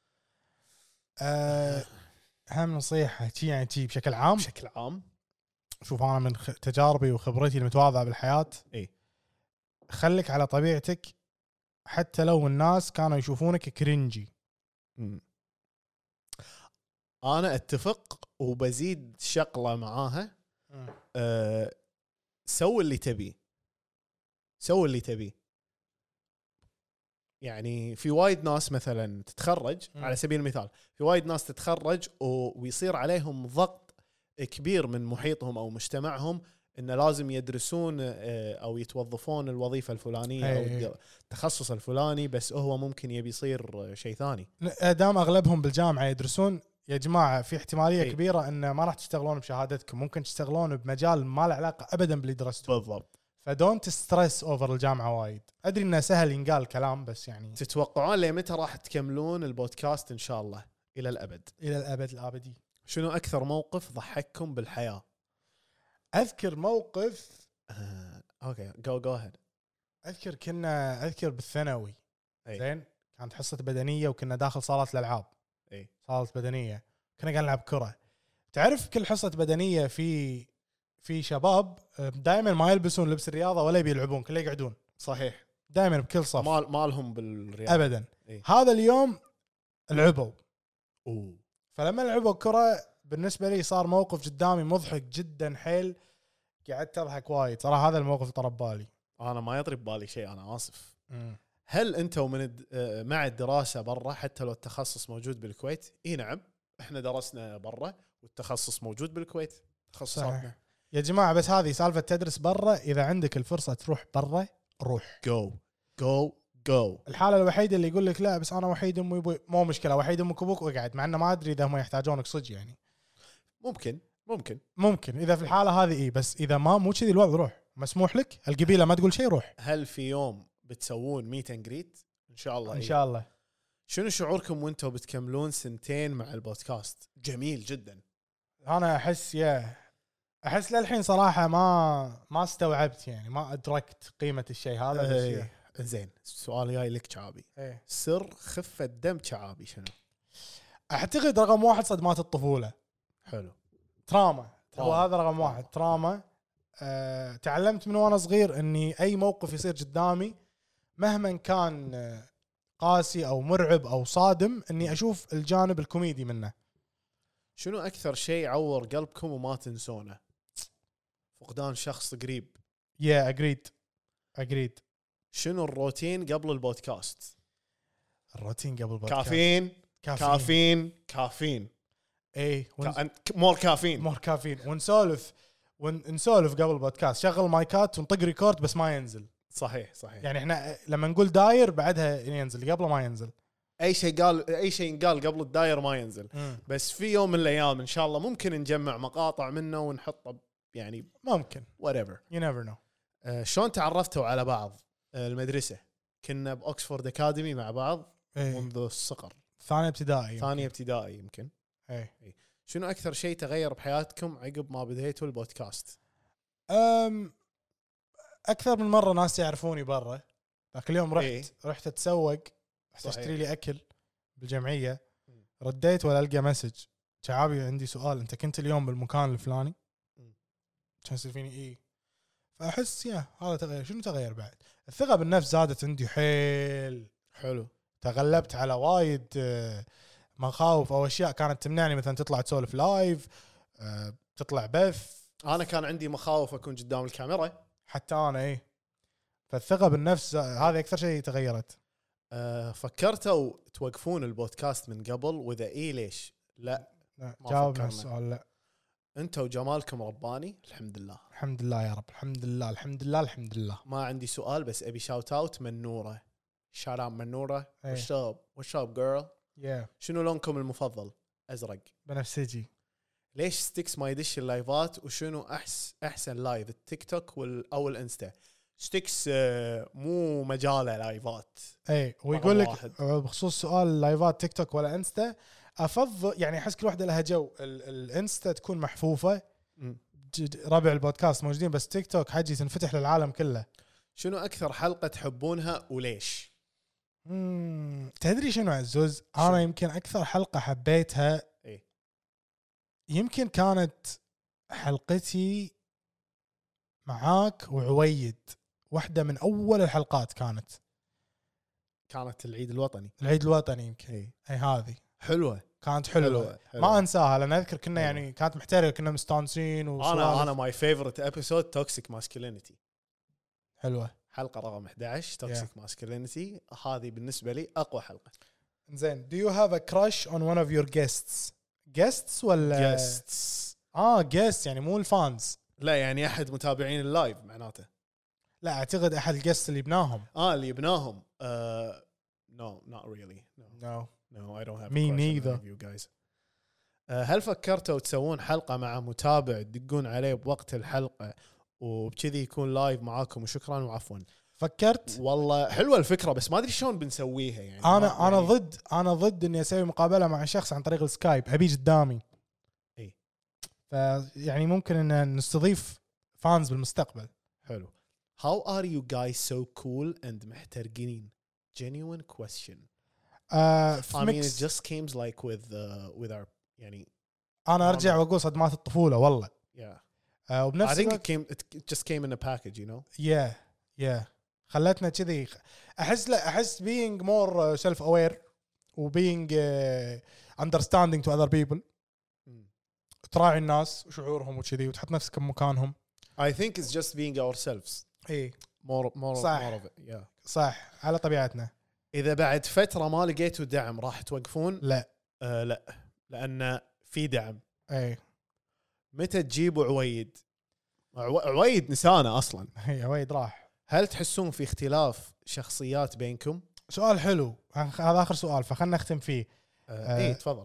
أه، اهم نصيحه شي يعني شي بشكل عام. بشكل عام شوف انا من خ- تجاربي وخبرتي المتواضعه بالحياه، اي خليك على طبيعتك حتى لو الناس كانوا يشوفونك كرنجي. م. انا اتفق وبزيد شغله معاها. أه سوي اللي تبي، سوي اللي تبي. يعني في وايد ناس مثلا تتخرج م. على سبيل المثال، في وايد ناس تتخرج ويصير عليهم ضغط كبير من محيطهم او مجتمعهم انه لازم يدرسون او يتوظفون الوظيفه الفلانيه أي. او التخصص الفلاني، بس هو ممكن يبي يصير شيء ثاني. دام اغلبهم بالجامعه يدرسون، يا جماعه في احتماليه أي. كبيره ان ما راح تشتغلون بشهادتكم، ممكن تشتغلون بمجال ما له علاقه ابدا باللي درستوه. بالضبط. فدونت ستريس اوفر الجامعه وايد. ادري انه سهل ينقال كلام، بس يعني تتوقعون لمتى راح تكملون البودكاست؟ ان شاء الله الى الابد. الى الابد الابدي. شنو اكثر موقف ضحككم بالحياه؟ اذكر موقف آه، اوكي جو جو هيد. اذكر كنا اذكر بالثانوي أي. زين، كانت حصه بدنيه وكنا داخل صاله الالعاب. اي صاله بدنيه كنا قاعد نلعب كره. تعرف كل حصه بدنيه في في شباب دائما ما يلبسون لبس الرياضه ولا بيلعبون، كله يقعدون. صحيح. دائما بكل صف مال مالهم بالرياضه ابدا. إيه. هذا اليوم لعبوا، اوه فلما لعبوا كره بالنسبه لي صار موقف قدامي مضحك جدا حيل، قعدت اضحك وايد صراحه. هذا الموقف طرب بالي. انا ما يطري ببالي شيء، انا اسف. هل انتم من الد... آه، مع الدراسه برا حتى لو التخصص موجود بالكويت؟ اي نعم، احنا درسنا برا والتخصص موجود بالكويت تخصصاتنا. يا جماعه بس هذه سالفه تدرس برا، اذا عندك الفرصه تروح برا روح. جو جو جو. الحاله الوحيده اللي يقول لك لا بس انا وحيد امي وابوي، مو مشكله، وحيد امك وابوك واقعد، مع انه ما ادري اذا هم يحتاجونك صدق يعني. ممكن ممكن ممكن اذا في الحاله هذه اي، بس اذا ما مو كذي الوضع روح، مسموح لك القبيله ما تقول شيء روح. هل في يوم بتسوون ميت اند جريت؟ ان شاء الله. ان شاء الله. شنو شعوركم وانتم بتكملون سنتين مع البودكاست؟ جميل جدا. انا احس يا احس للحين صراحه ما ما استوعبت يعني ما ادركت قيمه الشيء هذا. بس إيه. إيه. زين السؤال جاي لك شعابي. إيه. سر خفة دم شعابي شنو؟ اعتقد رقم واحد صدمات الطفوله. حلو. تراما. تراما. هو هذا رقم واحد. تراما. أه تعلمت من وانا صغير اني اي موقف يصير قدامي مهما كان قاسي او مرعب او صادم اني اشوف الجانب الكوميدي منه. شنو اكثر شيء عور قلبكم وما تنسونه؟ فقدان شخص قريب. يا اجريد اجريد. شنو الروتين قبل البودكاست؟ الروتين قبل البودكاست كافيين كافيين كافيين كافيين اي ون... كا... مور كافيين مور كافيين ونسولف ونسولف قبل البودكاست. شغل مايكات ونطق ريكورد بس ما ينزل. صحيح صحيح. يعني احنا لما نقول داير بعدها ينزل قبله ما ينزل. اي شيء قال اي شيء قال قبل الداير ما ينزل. مم. بس في يوم من الايام ان شاء الله ممكن نجمع مقاطع منه ونحطه يعني ممكن whatever. you never know. آه شلون تعرفتوا على بعض؟ آه المدرسة كنا بأكسفورد أكاديمي مع بعض ايه. منذ الصغر. ثانية ابتدائي. ثانية ابتدائي يمكن. ايه. شنو أكثر شيء تغير بحياتكم عقب ما بديتوا البودكاست؟ أم اكثر من مرة ناس يعرفوني برا. ذاك اليوم رحت إيه. رحت اتسوق رحت صحيح. اشتري لي اكل بالجمعية. رديت ولا القى مسج شعابي عندي سؤال انت كنت اليوم بالمكان الفلاني؟ كان يصير فيني ايه. فاحس يا هذا تغير. شنو تغير بعد؟ الثقة بالنفس زادت عندي حيل. حلو. تغلبت على وايد مخاوف او اشياء كانت تمنعني مثلا تطلع تسولف لايف تطلع بث. أنا كان عندي مخاوف أكون قدام الكاميرا. حتى انا ايه. فالثقة بالنفس هذه اكثر شيء تغيرت. أه فكرتوا توقفون البودكاست من قبل واذا ايه ليش؟ لا لا ما جاوبنا فكرنا. السؤال لا. انت وجمالكم رباني الحمد لله. الحمد لله يا رب. الحمد لله الحمد لله الحمد لله. ما عندي سؤال بس ابي شاوت اوت من نوره. شاوت اوت من نوره. إيه. واتس اب واتس اب جيرل. يا شنو لونكم المفضل؟ ازرق. بنفسجي. ليش ستيكس ما يدش اللايفات وشنو احس احسن لايف التيك توك وال او الانستا؟ ستيكس آه مو مجاله لايفات. اي ويقول لك واحد. بخصوص سؤال لايفات تيك توك ولا انستا افضل يعني احس كل واحده لها جو. ال- الانستا تكون محفوفه م. جد- ربع البودكاست موجودين بس تيك توك حجي تنفتح للعالم كله. شنو اكثر حلقه تحبونها وليش؟ مم. تدري شنو عزوز؟ شنو؟ انا يمكن اكثر حلقه حبيتها ايه يمكن كانت حلقتي معاك وعويد. واحده من اول الحلقات كانت كانت العيد الوطني. العيد الوطني يمكن. ايه اي هذه حلوه. كانت حلوه, حلوة. حلوة. ما انساها لان اذكر كنا حلوة. يعني كانت محترقه كنا مستانسين انا انا ماي فيفورت ابيسود توكسيك ماسكولينيتي. حلوه. حلقه رقم احد عشر توكسيك ماسكولينيتي هذه بالنسبه لي اقوى حلقه. زين do you have a crush on one of your guests guests ولا Guests. اه guests يعني مو الفانز. لا يعني احد متابعين اللايف معناته. لا اعتقد احد الجست اللي بناهم. اه اللي يبناهم. uh, no not really no no no I don't have a Me crush on neither. any of you guys. uh, هل فكرتوا تسوون حلقه مع متابع تدقون عليه بوقت الحلقه وبكذي يكون لايف معاكم وشكرا وعفوا؟ فكرت. والله حلوه الفكره بس ما ادري شلون بنسويها يعني. انا ما- انا يعني ضد انا ضد اني اسوي مقابله مع شخص عن طريق السكايب. ابي قدامي. اي فيعني ممكن ان نستضيف فانز بالمستقبل. حلو. How are you guys so cool and محترقين? Genuine question. آه I في mean ميكس. it just came like with uh, with our يعني انا ارجع واقول صدمات الطفوله والله. yeah. آه I وبنفس think الوقت it came it just came in a package you know. يا يا خلتنا كذي. احس لا احس being more self aware و being uh, understanding to other people. مم. تراعي الناس وشعورهم وكذي وتحط نفسك بمكانهم. I think it's just being ourselves. اي more more صح. more of it yeah. صح على طبيعتنا. إذا بعد فترة ما لقيتوا دعم راح توقفون؟ لا آه لا لأن في دعم. اي متى تجيبوا عويد؟ عو- عويد نسانا أصلا. هي وايد راح. هل تحسون في اختلاف شخصيات بينكم؟ سؤال حلو هذا اخر سؤال فخلنا نختم فيه. آه آه. ايه تفضل.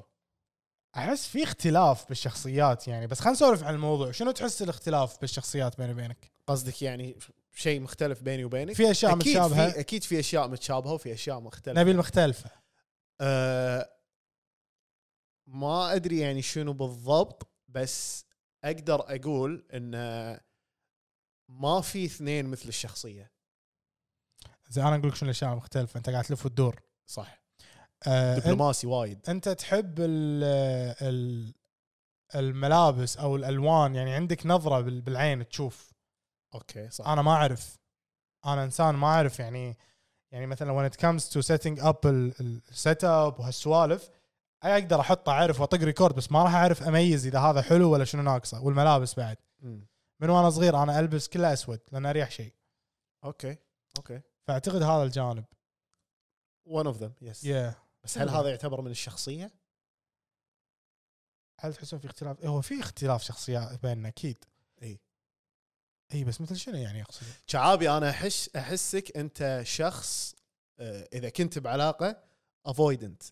احس في اختلاف بالشخصيات يعني بس خلينا نسولف عن الموضوع. شنو تحس الاختلاف بالشخصيات بيني وبينك؟ قصدك يعني شيء مختلف بيني وبينك؟ في اشياء أكيد متشابهه. في اكيد في اشياء متشابهه وفي اشياء مختلفه. نبي المختلفه. أه ما ادري يعني شنو بالضبط بس اقدر اقول ان ما في اثنين مثل الشخصيه. زي انا اقول لك شنو الاشياء المختلفه، انت قاعد تلف وتدور. صح. آه دبلوماسي وايد. انت تحب ال ال الملابس او الالوان، يعني عندك نظره بالعين تشوف. اوكي صح. انا ما اعرف، انا انسان ما اعرف يعني يعني مثلا when it comes to setting up السيت اب وهالسوالف اقدر احطه اعرف واطق ريكورد، بس ما راح اعرف اميز اذا هذا حلو ولا شنو ناقصه. والملابس بعد م. من وانا صغير انا البس كله اسود لان اريح شيء. اوكي اوكي. فاعتقد هذا الجانب one of them yes. yeah. بس هل هذا يعتبر من الشخصيه؟ هل تحسون في اختلاف؟ هو في اختلاف شخصيات بيننا اكيد. اي اي بس مثل شنو يعني اقصد؟ شعابي انا احس احسك انت شخص آه، اذا كنت بعلاقه avoidant.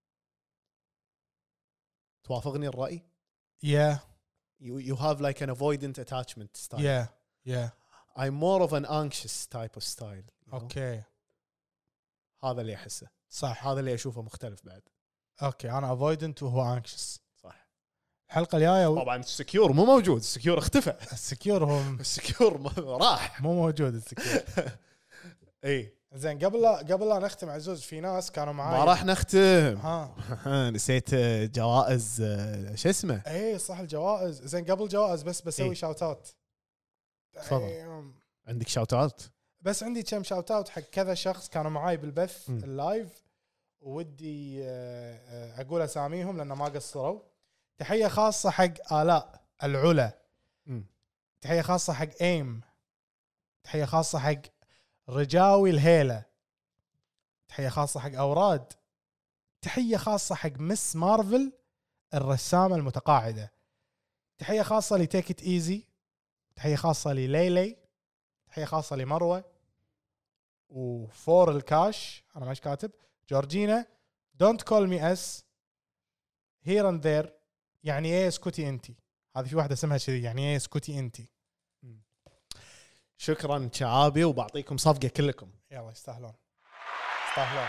توافقني الراي؟ yeah you you have like an avoidant attachment style. yeah yeah I'm more of an anxious type of style. اوكي okay. هذا اللي احسه صح، هذا اللي اشوفه مختلف بعد. اوكي انا avoidant وهو anxious. صح. الحلقه الجايه و... طبعا السكيور مو موجود، السكيور اختفى. السكيور هو السكيور راح مو موجود السكيور. اي زين قبل لا قبل لا نختم عزوز، في ناس كانوا معاي ما راح نختم. ها نسيت جوائز شو اسمه. اي صح الجوائز. زين قبل جوائز بس بسوي إيه؟ شاوت اوت. تفضل. عندك شاوت اوت؟ بس عندي كم شاوت اوت حق كذا شخص كانوا معاي بالبث م. اللايف، ودي اقول اساميهم لان ما قصروا. تحيه خاصه حق آلاء العلا، م. تحيه خاصه حق ايم، تحيه خاصه حق رجاوي الهيله، تحيه خاصه حق اوراد، تحيه خاصه حق مس مارفل الرسامه المتقاعده، تحيه خاصه لتيك ات ايزي، تحيه خاصه لليلي، تحيه خاصه لمروه وفور الكاش انا مش كاتب، جورجينا، دونت كول مي اس، هير اند ذير، يعني ايه اسكتي انتي. هذه في واحده اسمها كذي، يعني ايه اسكتي انتي. شكرا شعابي، وبعطيكم صفقه كلكم. يلا يستاهلون يستاهلون.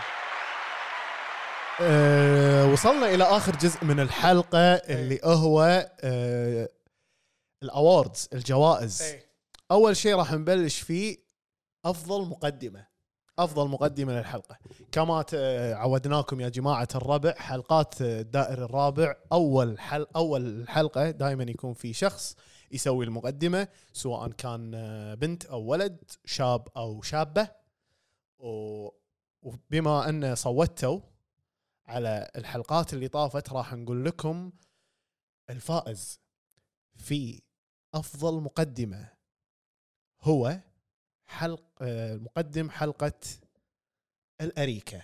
أه وصلنا الى اخر جزء من الحلقه اللي هو أه الاووردز، الجوائز. أي. اول شيء راح نبلش فيه افضل مقدمه. افضل مقدمه للحلقه كما عودناكم يا جماعه الربع، حلقات الدائري الرابع اول حل اول حلقه دائما يكون في شخص يسوي المقدمه، سواء كان بنت او ولد، شاب او شابه. وبما ان صوتوا على الحلقات اللي طافت راح نقول لكم الفائز في افضل مقدمه هو حلق مقدم حلقة الأريكة.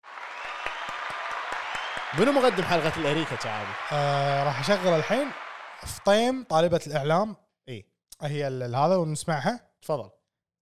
منو مقدم حلقة الأريكة شعابي؟ آه راح أشغل الحين فطيم طالبة الإعلام. إيه هي هذا ونسمعها. تفضل.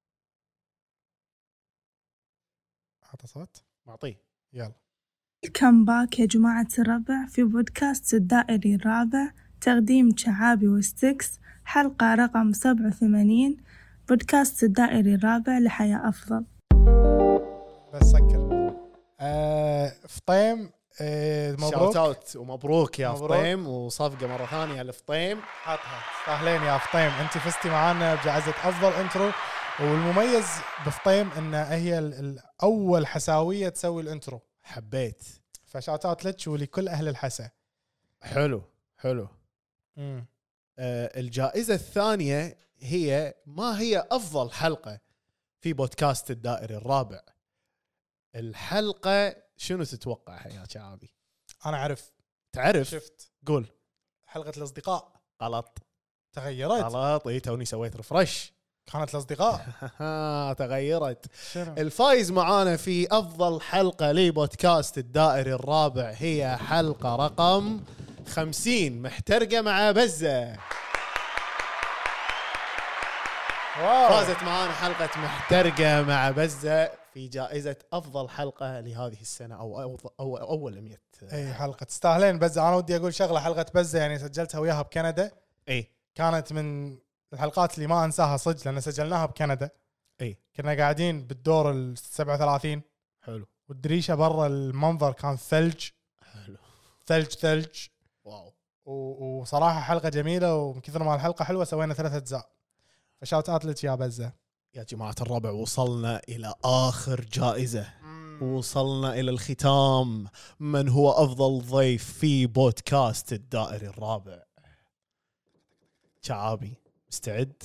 هذا صوت معطيه. يلا. كم باك يا جماعة الربع في بودكاست الدائري الرابع، تقديم شعابي وستكس، حلقة رقم سبعة وثمانين، بودكاست الدائري الرابع لحياة أفضل. بس سكر. آه فطيم آه مبروك. شاوت اوت ومبروك يا مبروك. فطيم، وصفقة مرة ثانية لفطيم. حطها. تستاهلين يا فطيم، انت فزتي معانا بجائزة أفضل انترو. والمميز بفطيم ان هي الأول حساوية تسوي الانترو. حبيت. فشاوت اوت لك ولكل أهل الحسا. حلو حلو. امم آه الجائزة الثانية هي ما هي أفضل حلقة في بودكاست الدائري الرابع. الحلقة شنو تتوقعها يا شعابي؟ أنا أعرف. تعرف؟ شفت. قول. حلقة الأصدقاء. غلط. تغيرت. غلط. إيه توني سويت ريفرش. كانت الأصدقاء. تغيرت. شنو؟ الفايز معانا في أفضل حلقة لبودكاست الدائري الرابع هي حلقة رقم خمسين، محترقة مع بزة. واو. فازت معانا حلقة محترقة مع بزة في جائزة أفضل حلقة لهذه السنة أو أو, أو أول مية. اي حلقة تستاهلين بزة. أنا ودي أقول شغلة، حلقة بزة يعني سجلتها وياها بكندا. اي كانت من الحلقات اللي ما أنساها صدق، لأن سجلناها بكندا. اي كنا قاعدين بالدور السبعة وثلاثين. حلو. والدريشة برا المنظر كان ثلج. حلو. ثلج ثلج. واو. وصراحه حلقه جميله، ومن كثر ما الحلقه حلوه سوينا ثلاث اجزاء. فشاوت اوت لك يا بزه. يا جماعه الربع وصلنا الى اخر جائزه، وصلنا الى الختام. من هو افضل ضيف في بودكاست الدائري الرابع؟ شعابي مستعد؟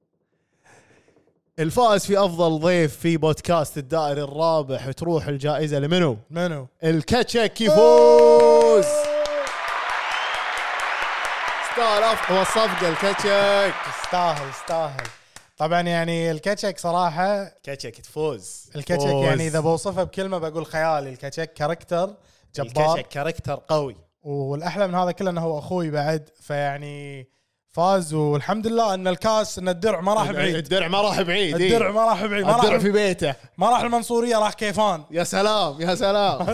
الفائز في افضل ضيف في بودكاست الدائري الرابع تروح الجائزه لمنو؟ منو؟ الكاتشك يفوز. استاهل افضل صفقه الكاتشك، استاهل استاهل. طبعا يعني الكاتشك صراحه كاتشك تفوز. الكاتشك فوز. يعني اذا بوصفه بكلمه بقول خيالي. الكاتشك كاركتر جبار، الكاتشك كاركتر قوي، والاحلى من هذا كله انه هو اخوي بعد. فيعني فاز، والحمد لله ان الكاس ان الدرع ما راح بعيد. الدرع ما راح بعيد. الدرع ما راح بعيد. ما الدرع راح في بيته، ما راح المنصوريه، راح كيفان. يا سلام يا سلام.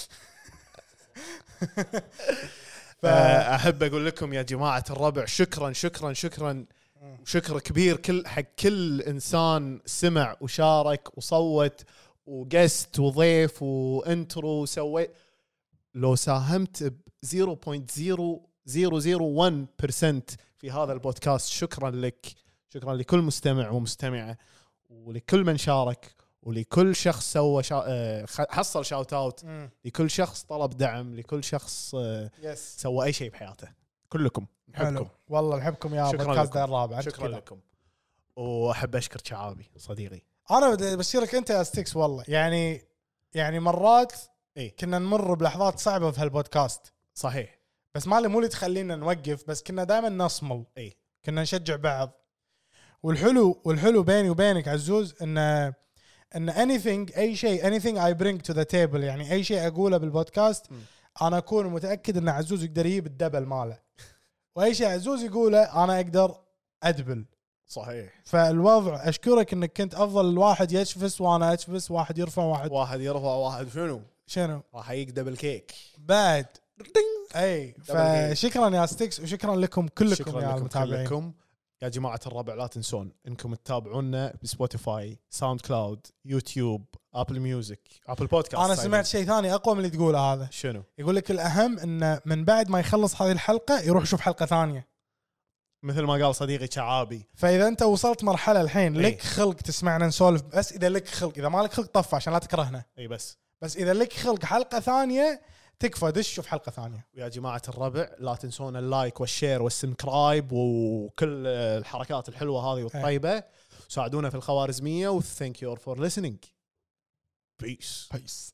احب اقول لكم يا جماعه الربع شكرا شكرا شكرا وشكر كبير كل حق كل انسان سمع وشارك وصوت وجست وضيف وانترو وسويت. لو ساهمت ب صفر فاصلة صفر صفر صفر واحد بالمئة في هذا البودكاست شكرا لك. شكرا لكل مستمع ومستمعه، ولكل من شارك، ولكل شخص سوى شا... حصل شاوت اوت، لكل شخص طلب دعم، لكل شخص يس. سوى اي شيء بحياته. كلكم نحبكم والله نحبكم يا بودكاست الرابع. شكرا لكم. واحب اشكر شعابي صديقي. انا بدي ابشرك انت يا ستيكس والله. يعني يعني مرات إيه؟ كنا نمر بلحظات صعبه في هالبودكاست صحيح، بس ما اللي تخلينا نوقف، بس كنا دائما نصمل. اي كنا نشجع بعض. والحلو والحلو بيني وبينك عزوز ان ان anything اي شيء anything I bring to the table، يعني اي شيء اقوله بالبودكاست م. انا اكون متاكد ان عزوز يقدر يجيب الدبل ماله، واي شيء عزوز يقوله انا اقدر ادبل. صحيح. فالوضع اشكرك انك كنت افضل واحد يشفس وانا اشفس، واحد يرفع واحد واحد يرفع واحد شنو شنو راح يقدر بالكيك بعد. اي فشكرا يا ستيكس، وشكرا لكم كلكم شكرا يا لكم المتابعين. كلكم. يا جماعة الربع لا تنسون انكم تتابعونا بسبوتيفاي، ساوند كلاود، يوتيوب، ابل ميوزك، ابل بودكاست. انا سمعت شيء ثاني اقوى من اللي تقوله هذا. شنو؟ يقول لك الاهم ان من بعد ما يخلص هذه الحلقة يروح يشوف حلقة ثانية، مثل ما قال صديقي شعابي. فاذا انت وصلت مرحلة الحين ايه؟ لك خلق تسمعنا نسولف، بس اذا لك خلق، اذا ما لك خلق طفى عشان لا تكرهنا. اي بس بس اذا لك خلق حلقة ثانية تكفى دش شوف حلقة ثانية. ويا جماعة الربع لا تنسون اللايك والشير والسبسكرايب وكل الحركات الحلوة هذه والطيبة. ساعدونا في الخوارزمية. و thank you for listening. Peace. Peace.